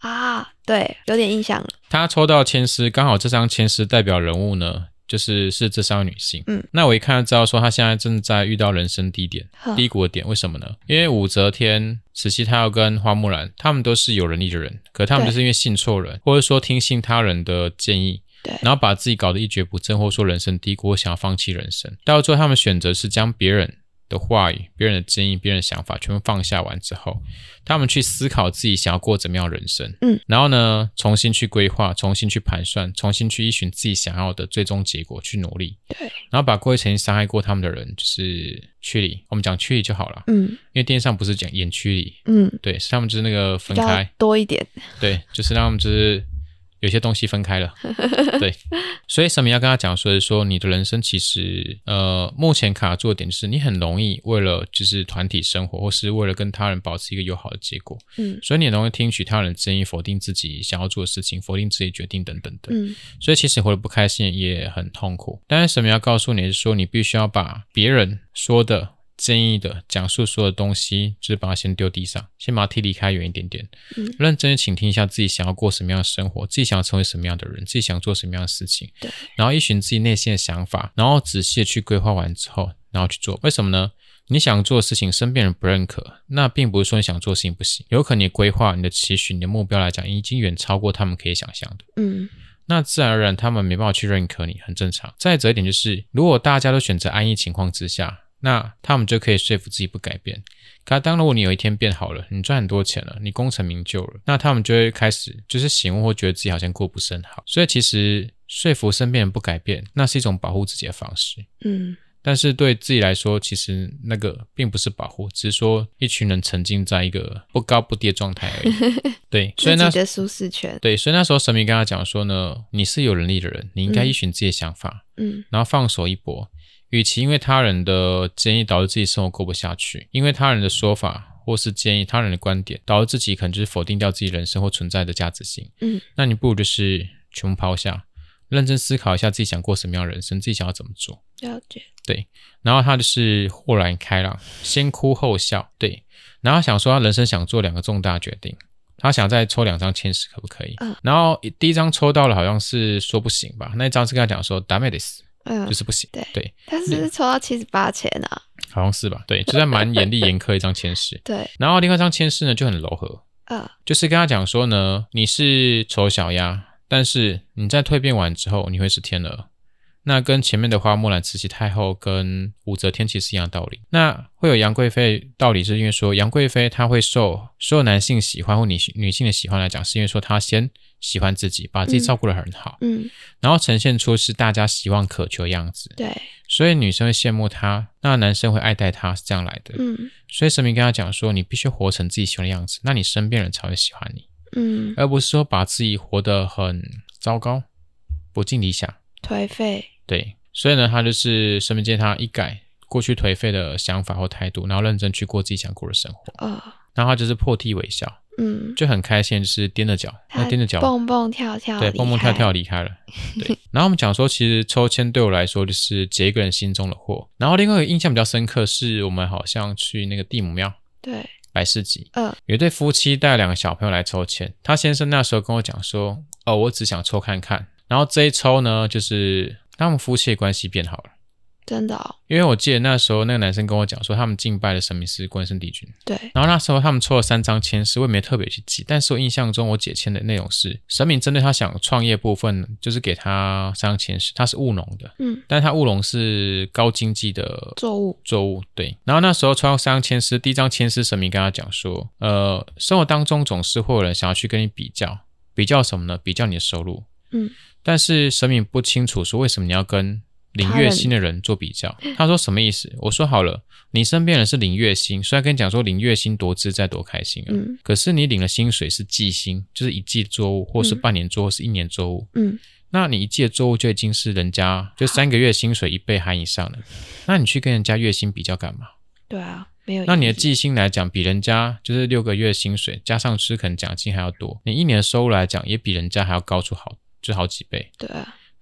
B: 啊，对，有点印象了。
A: 他抽到签诗，刚好这张签诗代表人物呢，是这三位女性。那我一看就知道说，她现在正在遇到人生低点、低谷的点。为什么呢？因为武则天、慈禧太后跟花木兰，他们都是有能力的人，可他们就是因为信错人，或者说听信他人的建议，然后把自己搞得一蹶不振，或者说人生低谷，或想要放弃人生。到最后，他们选择是将别人的话语、别人的建议、别人的想法全部放下完之后，他们去思考自己想要过怎么样的人生，然后呢，重新去规划，重新去盘算，重新去依循自己想要的最终结果去努力。
B: 对，
A: 然后把过去曾经伤害过他们的人，就是驱离，我们讲驱离就好了。因为电视上不是讲演驱离，对，是他们就是那个分开
B: 多一点，
A: 对，就是让他们就是有些东西分开了，对，所以神明要跟他讲说是说，你的人生其实目前卡住的点就是你很容易为了就是团体生活，或是为了跟他人保持一个友好的结果，所以你很容易听取他人的建议，否定自己想要做的事情，否定自己决定等等的，所以其实活得不开心也很痛苦。但是神明要告诉你是说，你必须要把别人说的建议的讲述所有的东西，就是把它先丢地上，先把它踢离开远一点点，认真的倾听一下自己想要过什么样的生活，自己想要成为什么样的人，自己想做什么样的事情，然后依循自己内心的想法，然后仔细的去规划完之后，然后去做。为什么呢？你想做的事情身边人不认可，那并不是说你想做的事情不行，有可能你的规划、你的期许、你的目标来讲已经远超过他们可以想象的，那自然而然他们没办法去认可你，很正常。再者一点就是，如果大家都选择安逸情况之下，那他们就可以说服自己不改变。可当如果你有一天变好了，你赚很多钱了，你功成名就了，那他们就会开始就是醒悟，或觉得自己好像过不是很好。所以其实说服身边人不改变，那是一种保护自己的方式。但是对自己来说，其实那个并不是保护，只是说一群人沉浸在一个不高不低的状态而已。对，所以
B: 自己的舒适圈。
A: 对，所以那时候神明跟他讲说呢，你是有能力的人，你应该依循自己的想法，然后放手一搏。与其因为他人的建议导致自己生活过不下去，因为他人的说法或是建议他人的观点导致自己可能就是否定掉自己人生或存在的价值性，那你不如就是全部抛下，认真思考一下自己想过什么样的人生，自己想要怎么做。
B: 了解。
A: 对，然后他就是豁然开朗，先哭后笑。对，然后想说他人生想做2个重大决定，他想再抽2张签诗可不可以，然后第一张抽到了好像是说不行吧，那一张是跟他讲说ダメです，就是不行。对，
B: 他是抽到78签啊，
A: 好像是吧？对，就在蛮严厉严苛一张签诗。
B: 对，
A: 然后另外一张签诗呢就很柔和，就是跟他讲说呢，你是丑小鸭，但是你在蜕变完之后，你会是天鹅。那跟前面的花木兰、慈禧太后跟武则天其实一样道理。那会有杨贵妃道理，是因为说杨贵妃她会受所有男性喜欢或女性的喜欢来讲，是因为说她先喜欢自己，把自己照顾得很好，然后呈现出是大家希望渴求的样子。
B: 对，
A: 所以女生会羡慕她，那男生会爱戴她，是这样来的。所以神明跟她讲说，你必须活成自己喜欢的样子，那你身边人才会喜欢你。而不是说把自己活得很糟糕，不尽理想，
B: 颓废。
A: 对，所以呢，他就是神明建议他一改过去颓废的想法或态度，然后认真去过自己想过的生活。然后他就是破涕为笑，就很开心，就是踮着脚，踮着脚
B: 蹦蹦跳跳，
A: 对，蹦蹦跳跳离开了。对，然后我们讲说，其实抽签对我来说就是解一个人心中的惑。然后另外一个印象比较深刻是，我们好像去那个地母庙，
B: 对，
A: 摆市集，有一对夫妻带2个小朋友来抽签。他先生那时候跟我讲说，我只想抽看看。然后这一抽呢，就是他们夫妻的关系变好了。
B: 真的哦？
A: 因为我记得那时候那个男生跟我讲说，他们敬拜的神明是关圣帝君。
B: 对。
A: 然后那时候他们抽了3张签诗，我也没特别去记，但是我印象中我解签的内容是，神明针对他想创业部分，就是给他3张签诗，他是务农的，但是他务农是高经济的作物，对。然后那时候抽到3张签诗，第一张签诗神明跟他讲说，生活当中总是会有人想要去跟你比较什么呢？比较你的收入，但是神明不清楚说为什么你要跟领月薪的人做比较。他说什么意思？我说好了，你身边人是领月薪，虽然跟你讲说领月薪多自在多开心可是你领的薪水是季薪，就是1季的作物，或是半年作物，或是1年作物。那你1季的作物就已经是人家就3个月薪水1倍含以上了，那你去跟人家月薪比较干嘛？
B: 对啊，没有意义。
A: 那你的季薪来讲，比人家就是6个月薪水加上吃可能奖金还要多，你1年的收入来讲也比人家还要高出好几倍。
B: 对啊。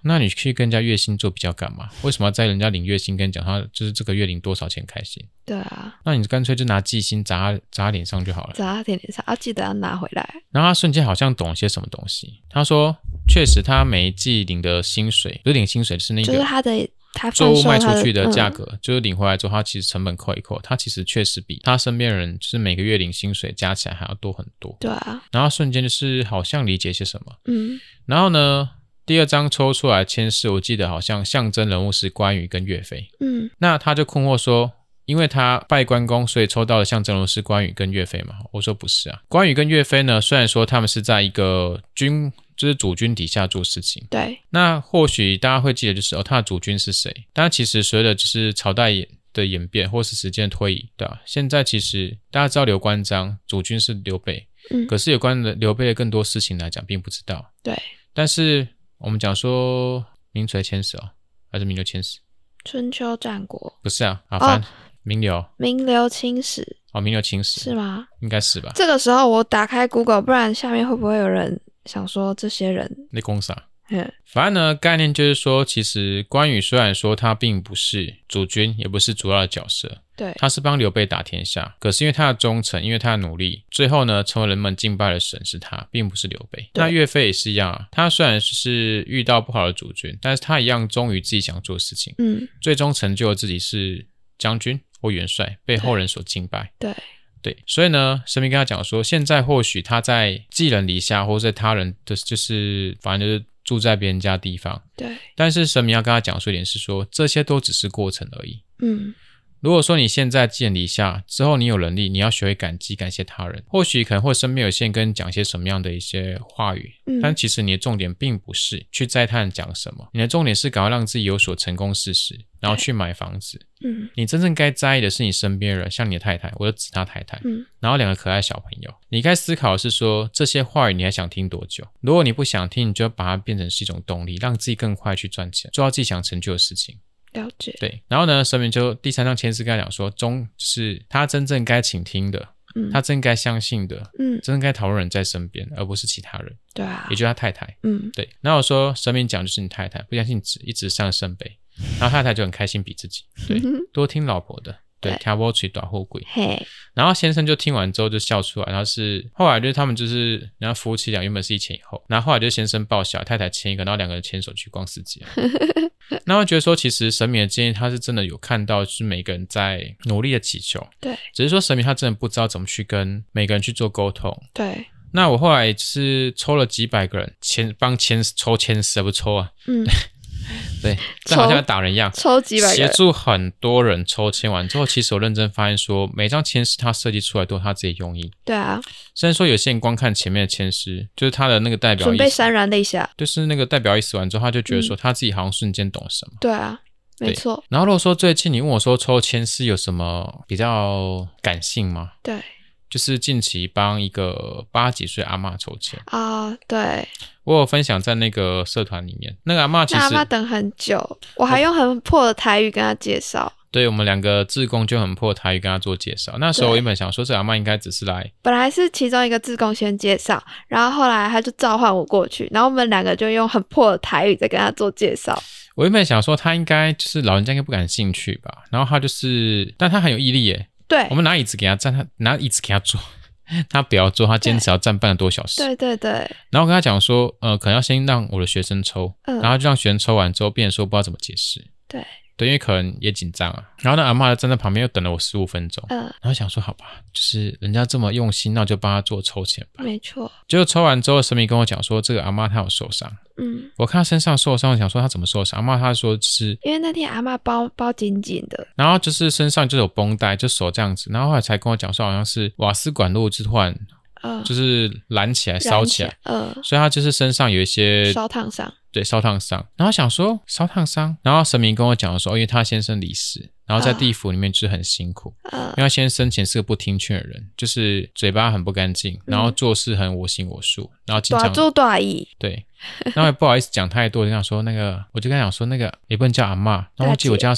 A: 那你去跟人家月薪做比较干嘛？为什么要在人家领月薪跟你讲他就是这个月领多少钱开心？
B: 对啊，
A: 那你干脆就拿季薪砸他脸上就好了，
B: 砸他脸上，记得要拿回来。
A: 然后他瞬间好像懂了些什么东西，他说确实他每一季领的薪水，不是领薪水，是那个
B: 就是他
A: 作物卖出去的价格，就是领回来之后，他其实成本扣一扣，他其实确实比他身边人就是每个月领薪水加起来还要多很多。
B: 对啊，
A: 然后瞬间就是好像理解些什么。然后呢，第二张抽出来签诗，我记得好像象征人物是关羽跟岳飞。那他就困惑说，因为他拜关公，所以抽到的象征人物是关羽跟岳飞嘛？我说不是啊，关羽跟岳飞呢，虽然说他们是在一个就是主君底下做事情，
B: 对，
A: 那或许大家会记得就是他的主君是谁，但其实随着就是朝代的演变或是时间的推移，对吧？现在其实大家知道刘关张，主君是刘备，可是有关的刘备的更多事情来讲并不知道，
B: 对。
A: 但是我们讲说名垂千史还是名留千史？
B: 春秋战国
A: 不是啊，反正名留青史名留青史
B: 是吗？
A: 应该是吧。
B: 这个时候我打开 Google， 不然下面会不会有人想说这些人
A: 那公啥？反正呢，概念就是说，其实关羽虽然说他并不是主君，也不是主要的角色，
B: 对，
A: 他是帮刘备打天下，可是因为他的忠诚，因为他的努力，最后呢，成为人们敬拜的神是他，并不是刘备。那岳飞也是一样啊，他虽然是遇到不好的主君，但是他一样忠于自己想做的事情，最终成就了自己是将军或元帅，被后人所敬拜。对，所以呢，神明跟他讲说，现在或许他在寄人篱下，或者在他人的就是反正就是住在别人家地方，
B: 对。
A: 但是神明要跟他讲述一点是说，这些都只是过程而已。如果说你现在寄人篱下之后，你有能力，你要学会感激，感谢他人。或许可能会身边有些人跟你讲一些什么样的一些话语，但其实你的重点并不是去赞他人讲什么，你的重点是赶快让自己有所成功事实，然后去买房子。你真正该在意的是你身边的人，像你的太太，我就指他太太，然后两个可爱小朋友。你该思考的是说，这些话语你还想听多久？如果你不想听，你就把它变成是一种动力，让自己更快去赚钱，做到自己想成就的事情。
B: 了解。
A: 对，然后呢，神明就第三张签诗跟他讲说，是他真正该倾听的，他真该相信的，真正该讨论人在身边，而不是其他人。
B: 对啊，
A: 也就是他太太。对。然后我说神明讲就是你太太，不相信一直上圣杯，然后太太就很开心比自己，对，多听老婆的。对，听我嘴大后鬼。然后先生就听完之后就笑出来，然后后来就是他们就是人家夫妻俩原本是一前一后，然后后来就先生抱小太太牵一个，然后两个人牵手去逛市集。那我觉得说其实神明的建议他是真的有看到就是每个人在努力的祈求，
B: 对，
A: 只是说神明他真的不知道怎么去跟每个人去做沟通。
B: 对。
A: 那我后来是抽了几百个人帮抽签诗，不抽啊。对，这好像打人一样，
B: 抽几百个人，
A: 协助很多人抽签完之后，其实我认真发现说，每张签诗他设计出来都有他自己的用意。
B: 对啊，
A: 虽然说有些人光看前面的签诗，就是他的那个代表意思，
B: 准备潸然泪下，
A: 就是那个代表意思完之后，他就觉得说他自己好像瞬间懂了什么。
B: 对啊，没错。
A: 然后如果说最近你问我说抽签诗有什么比较感性吗？
B: 对。
A: 就是近期帮一个80几岁阿嬷抽签
B: 啊，对，
A: 我有分享在那个社团里面。那个阿嬷其实
B: 那阿嬷等很久，我还用很破的台语跟她介绍。
A: 对，我们两个志工就很破台语跟她做介绍。那时候我原本想说这阿嬷应该只是来，
B: 本来是其中一个志工先介绍，然后后来他就召唤我过去，然后我们两个就用很破的台语在跟他做介绍。
A: 我原本想说他应该就是老人家应该不感兴趣吧，然后他就是但他很有毅力耶。
B: 对，
A: 我们拿椅子给他站，他拿椅子给他坐，他不要坐，他坚持要站半个多小时。
B: 对对对。
A: 然后跟他讲说，可能要先让我的学生抽，然后就让学生抽完之后，变成说不知道怎么解释。
B: 对。
A: 对，因为可能也紧张啊。然后那阿嬷站在旁边又等了我15分钟，然后想说好吧，就是人家这么用心，那我就帮他做抽签吧。
B: 没错。
A: 结果抽完之后，神明跟我讲说，这个阿嬷她有受伤。我看她身上受伤，我想说她怎么受伤？阿嬷她说是
B: 因为那天阿嬷包紧紧的，
A: 然后就是身上就有绷带，就手这样子，然后后来才跟我讲说，好像是瓦斯管路就突然就是燃起来烧起来，所以她就是身上有一些
B: 烧烫伤。
A: 对，烧烫伤。然后想说烧烫伤，然后神明跟我讲说，因为他先生离世，然后在地府里面就是很辛苦，因为他先生生前是个不听劝的人，就是嘴巴很不干净，然后做事很我行我素，然后经常
B: 大做大意。
A: 对，然后也不好意思讲太多，就想说那个，我就跟他讲说那个也不能叫阿嬷，然后忘记我叫什么，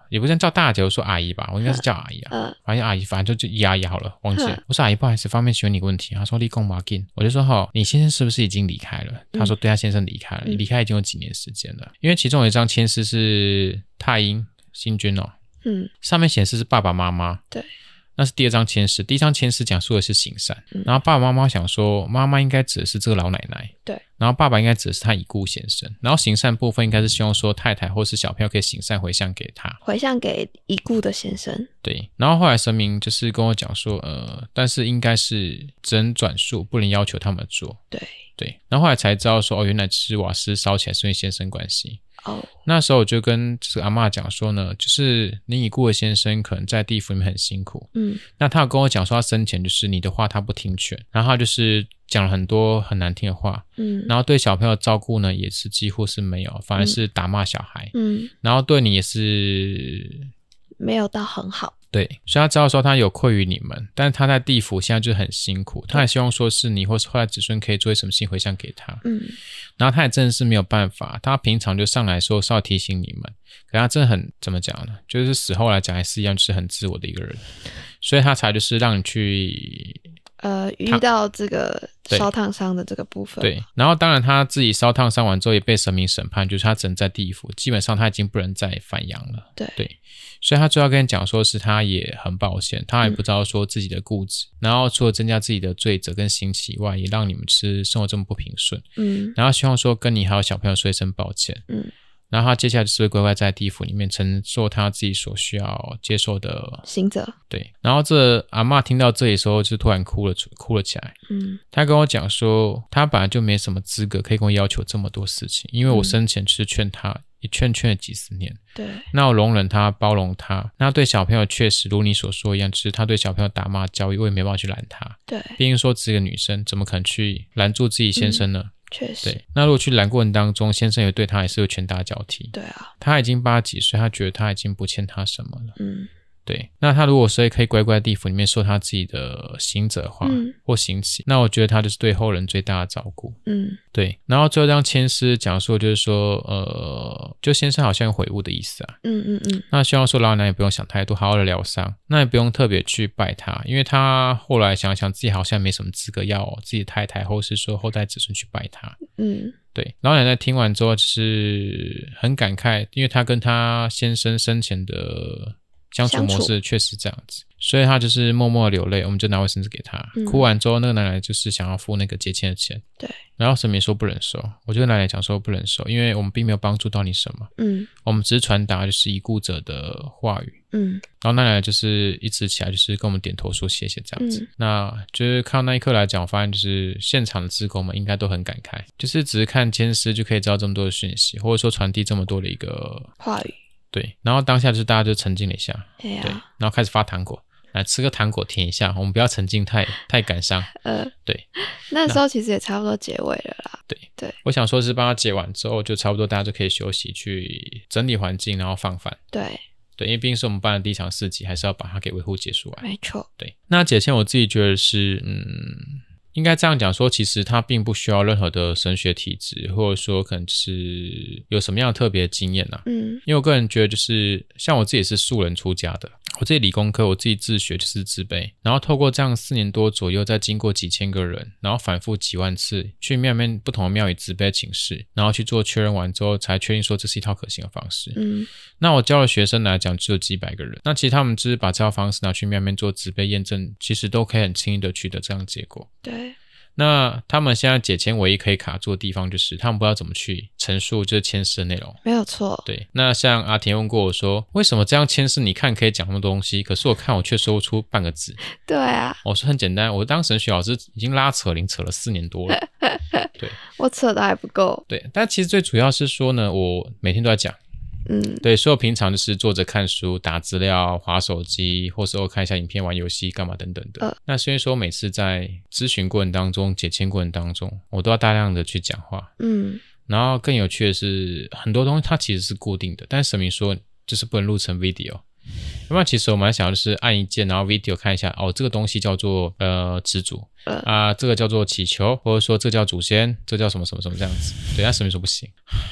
A: 也不是叫大姐，我说阿姨吧，我应该是叫阿姨啊，反正阿姨，反正就阿姨好了，忘记了。我说阿姨，不好意思，方便询问你个问题。她说立功马进，我就说你先生是不是已经离开了？她说对，她先生离开了，离开已经有几年时间了。因为其中有一张签诗是太阴星君哦，上面显示是爸爸妈妈，
B: 对。
A: 那是第二张签诗，第一张签诗讲述的是行善，然后爸爸妈妈想说，妈妈应该指的是这个老奶奶，
B: 对，
A: 然后爸爸应该指的是他已故先生，然后行善部分应该是希望说太太或是小朋友可以行善回向给他，
B: 回向给已故的先生，
A: 对，然后后来神明就是跟我讲说，但是应该是只能转述，不能要求他们做，对，然后后来才知道说，原来是瓦斯烧起来是因为先生关系。那时候我就跟这个阿嬷讲说呢，就是你已故的先生可能在地府里面很辛苦，那他有跟我讲说他生前就是你的话他不听劝，然后他就是讲了很多很难听的话，然后对小朋友照顾呢也是几乎是没有，反而是打骂小孩，然后对你也是
B: 没有到很好。
A: 对，所以他知道说他有愧于你们，但是他在地府现在就很辛苦，他也希望说是你或是后来子孙可以做什么事情回向给他，然后他也真的是没有办法，他平常就上来说稍微提醒你们，可他真的很怎么讲呢，就是死后来讲还是一样，就是很自我的一个人，所以他才就是让你去
B: 遇到这个烧烫伤的这个部分，
A: 对，然后当然他自己烧烫伤完之后也被神明审判，就是他只能在地府，基本上他已经不能再返阳了，对，所以他最后跟你讲说是他也很抱歉，他也不知道说自己的固执，然后除了增加自己的罪责跟刑期以外，也让你们是生活这么不平顺，然后希望说跟你还有小朋友说一声抱歉，然后他接下来就是会乖乖在地府里面承受他自己所需要接受的
B: 刑责。
A: 对，然后这阿嬷听到这里的时候就突然哭了起来。他跟我讲说，他本来就没什么资格可以跟我要求这么多事情，因为我生前就是劝他，一劝了几十年。
B: 对，
A: 那我容忍他，包容他。那对小朋友确实如你所说一样，就是他对小朋友打骂教育，我也没办法去拦他。
B: 对，
A: 毕竟说只是个女生，怎么可能去拦住自己先生呢？
B: 确实，
A: 对。那如果去拦过程当中，先生也对他也是会拳打脚踢。
B: 对啊，
A: 他已经80几岁，他觉得他已经不欠他什么了。对。那他如果是可以乖乖在地府里面受他自己的刑责的话，或刑期，那我觉得他就是对后人最大的照顾。对。然后最后这张签诗讲述就是说，就先生好像有悔悟的意思啊。那希望说老奶奶也不用想太多，好好的疗伤，那也不用特别去拜他，因为他后来想想自己好像没什么资格要自己的太太或是说后代子孙去拜他。对，老奶奶听完之后就是很感慨，因为她跟她先生生前的相处模式确实这样子，所以她就是默默流泪，我们就拿卫生纸给她，哭完之后那个奶奶就是想要付那个结签的钱，对，然后神明说不能收，我就跟奶奶讲说不能收，因为我们并没有帮助到你什么，我们只是传达就是已故者的话语，然后奶奶就是一直起来就是跟我们点头说谢谢这样子，那就是看到那一刻来讲，我发现就是现场的志工们应该都很感慨，就是只是看签诗就可以知道这么多的讯息，或者说传递这么多的一个
B: 话语，
A: 对，然后当下就是大家就沉浸了一下，对，然后开始发糖果，来吃个糖果填一下，我们不要沉浸太感伤，对，
B: 那时候其实也差不多结尾了啦，对，
A: 我想说是帮他结完之后，就差不多大家就可以休息，去整理环境，然后放饭，对，因为毕竟是我们办的第一场市集，还是要把它给维护结束完，
B: 没错，
A: 对，那解签我自己觉得是，应该这样讲说，其实它并不需要任何的神学体质，或者说可能是有什么样的特别的经验啊。因为我个人觉得就是像我自己也是素人出家的，我自己理工科，我自己自学就是自卑，然后透过这样4年多左右，再经过几千个人，然后反复几万次去庙面不同的庙宇自卑请示，然后去做确认完之后，才确定说这是一套可行的方式。那我教的学生来讲只有几百个人，那其实他们只是把这套方式拿去庙面做自卑验证，其实都可以很轻易的取得这样的结果。
B: 对。
A: 那他们现在解签唯一可以卡住的地方，就是他们不知道怎么去陈述这签诗的内容。
B: 没有错。对。
A: 那像阿田问过我说，为什么这样签诗你看可以讲那么多东西，可是我看我却说不出半个字？
B: 对啊。
A: 我说很简单，我当神学老师已经拉扯铃扯了4年多了。对。
B: 我扯的还不够。
A: 对，但其实最主要是说呢，我每天都在讲。对，所以我平常就是坐着看书、打资料、滑手机，或是看一下影片、玩游戏干嘛等等的。那所以说每次在咨询过程当中、解签过程当中，我都要大量的去讲话。然后更有趣的是，很多东西它其实是固定的，但是神明说就是不能录成 video。要不然其实我蛮想要就是按一键，然后 video 看一下，这个东西叫做支主这个叫做祈求，或者说这叫祖先，这叫什么什么什么这样子。对，但神明说不行。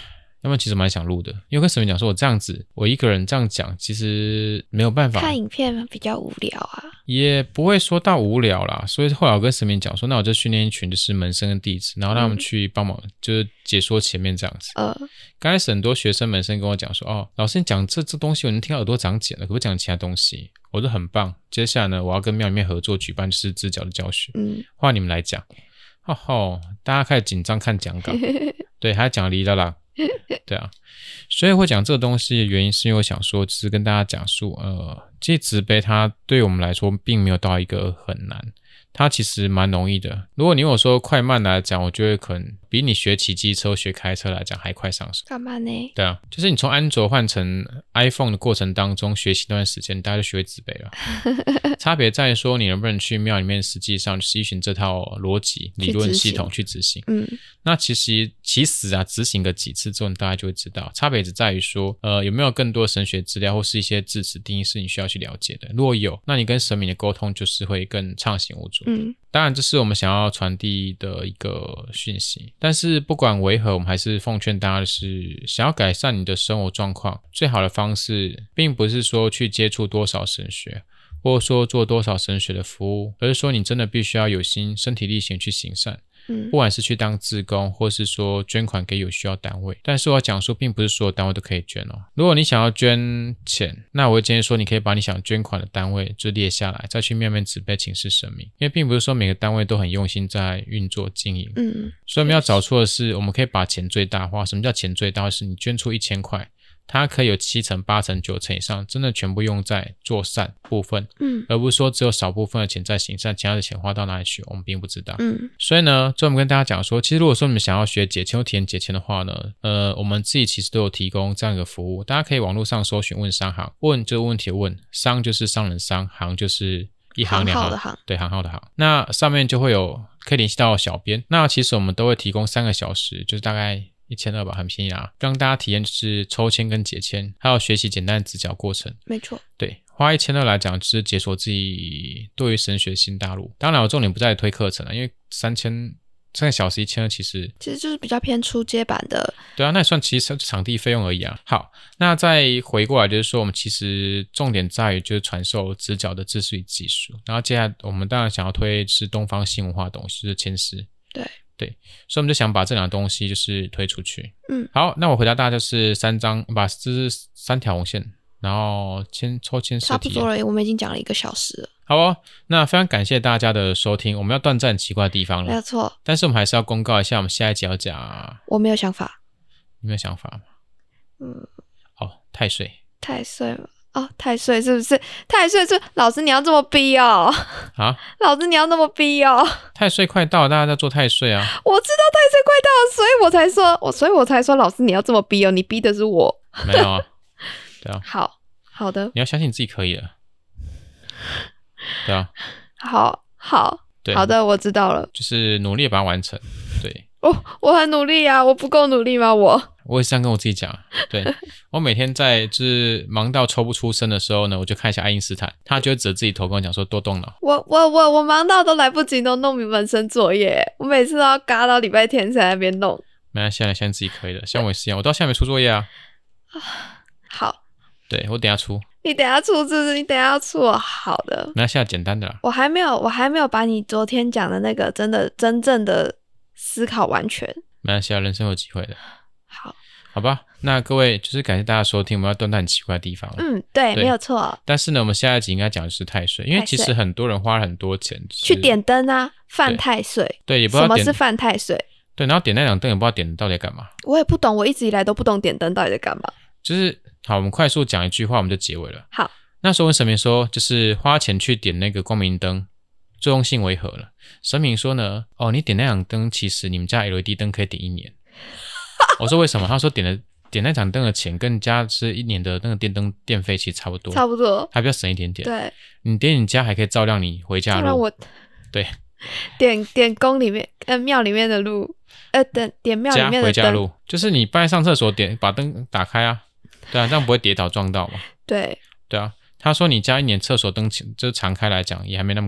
A: 要不然其实蛮想录的，因为跟神明讲说我这样子，我一个人这样讲，其实没有办法。
B: 看影片比较无聊啊。
A: 也不会说到无聊啦，所以后来我跟神明讲说，那我就训练一群就是门生跟弟子，然后让他们去帮忙，就是解说前面这样子。刚开始很多学生门生跟我讲说，哦，老师你讲这东西我能听到耳朵长茧了，可不可以讲其他东西？我说很棒，接下来呢，我要跟庙里面合作举办就是支教的教学，换你们来讲。大家开始紧张看讲稿，对，还讲哩啦啦。对啊，所以会讲这个东西的原因是因为我想说，只是跟大家讲述，其实植杯它对我们来说并没有到一个很难，它其实蛮容易的。如果你有说快慢来讲，我觉得可能比你学骑机车、学开车来讲还快上手。
B: 干嘛呢？
A: 对啊，就是你从安卓换成 iPhone 的过程当中学习一段时间，大家就学会植杯了。差别在于说你能不能去庙里面实际上依循这套逻辑理论系统去执行。那其实执行个几次之后，大家就会知道差别只在于说有没有更多神学资料或是一些字词定义是你需要去了解的。如果有，那你跟神明的沟通就是会更畅行无阻。当然这是我们想要传递的一个讯息，但是不管为何，我们还是奉劝大家的是，想要改善你的生活状况，最好的方式并不是说去接触多少神学，或者说做多少神学的服务，而是说你真的必须要有心身体力行去行善。不管是去当志工，或是说捐款给有需要单位，但是我讲说并不是所有单位都可以捐哦。如果你想要捐钱，那我会建议说你可以把你想捐款的单位就列下来，再去面面指杯请示神明，因为并不是说每个单位都很用心在运作经营。所以我们要找出的是，我们可以把钱最大化。什么叫钱最大化？是你捐出1000块，它可以有7成、8成、9成以上真的全部用在做善部分，而不是说只有少部分的钱在行善，其他的钱花到哪里去我们并不知道。所以呢，最后我们跟大家讲说，其实如果说你们想要学解签或体验解签的话呢，我们自己其实都有提供这样一个服务，大家可以网络上搜寻问商行，问就是问题的问，商就是商人商，行就是一行两行，对，行号的行。那上面就会有可以联系到小编，那其实我们都会提供3个小时，就是大概1200吧，很便宜啦，让大家体验就是抽签跟解签，还有学习简单的指教过程。
B: 没错，
A: 对，花1200来讲，就是解锁自己对于神学新大陆。当然，我重点不在推课程了，因为3个小时1200，其实
B: 就是比较偏初阶版的。对
A: 啊，那也算其实场地费用而已啊。好，那再回过来就是说，我们其实重点在于就是传授指教的知识与技术。然后接下来我们当然想要推是东方新文化的东西，就是签诗。对，所以我们就想把这2个东西就是推出去。好，那我回答大家就是3条红线，然后抽签试题。
B: 差不多了，我们已经讲了1个小时了。
A: 好哦，那非常感谢大家的收听，我们要断在很奇怪的地方了。
B: 没有错，
A: 但是我们还是要公告一下，我们下一集要讲。
B: 我没有想法。
A: 你没有想法吗？太岁
B: 吗？太岁是不是？太岁是老师你要这么逼哦？啊？老师你要那么逼哦？
A: 太岁快到了，大家在做太岁啊！
B: 我知道太岁快到了，所以我才说老师你要这么逼哦，你逼的是我。
A: 没有啊，对啊。
B: 好的，
A: 你要相信你自己可以的。对啊。
B: 好的，我知道了，
A: 就是努力把它完成。对。
B: 我很努力啊，我不够努力吗？
A: 我也是这样跟我自己讲。对，我每天在就是忙到抽不出身的时候呢，我就看一下爱因斯坦，他就会指着自己头跟我讲说多动脑。
B: 我忙到都来不及弄门生作业，我每次都要嘎到礼拜天才在那边弄。
A: 没关系，现在自己可以了，像我也是一样，我到现在没出作业啊。
B: 好，
A: 对，我等一下出。
B: 你等一下出是不是？你等一下要出好的。
A: 那现在简单的啦。
B: 我还没有把你昨天讲的那个真正的思考完全。
A: 没关系啊，人生有机会的。好吧，那各位就是感谢大家收听，我们要断在很奇怪的地方了。
B: 对，没有错。
A: 但是呢，我们下一集应该讲的是太岁，因为其实很多人花了很多钱
B: 去点灯啊，犯太岁。
A: 对，也不知道
B: 什么是犯太岁。
A: 对，然后点那两灯也不知道点到底在干嘛。
B: 我也不懂，我一直以来都不懂点灯到底在干嘛。
A: 就是好，我们快速讲一句话，我们就结尾了。
B: 好，
A: 那时候问神明说，就是花钱去点那个光明灯，作用性为何了？神明说呢，你点那盏灯，其实你们家 LED 灯可以点1年。我说为什么？他说点那盏灯的钱跟家是1年的那个电灯电费其实差不多，还比较省一点点。
B: 对，
A: 你点你家还可以照亮你回家的路。对，
B: 点宫里面庙里面的路，点庙里面的灯
A: 回家路，就是你半夜上厕所把灯打开啊，对啊，这样不会跌倒撞到嘛。
B: 对
A: 啊，他说你家1年厕所灯就是常开来讲也还没那么贵啊。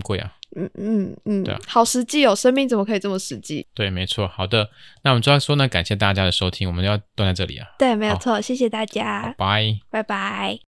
A: 对啊，
B: 好实际哦，生命怎么可以这么实际？
A: 对，没错。好的，那我们最后说呢，感谢大家的收听，我们要断在这里啊。
B: 对，没有错，谢谢大家，
A: 拜。
B: 拜拜。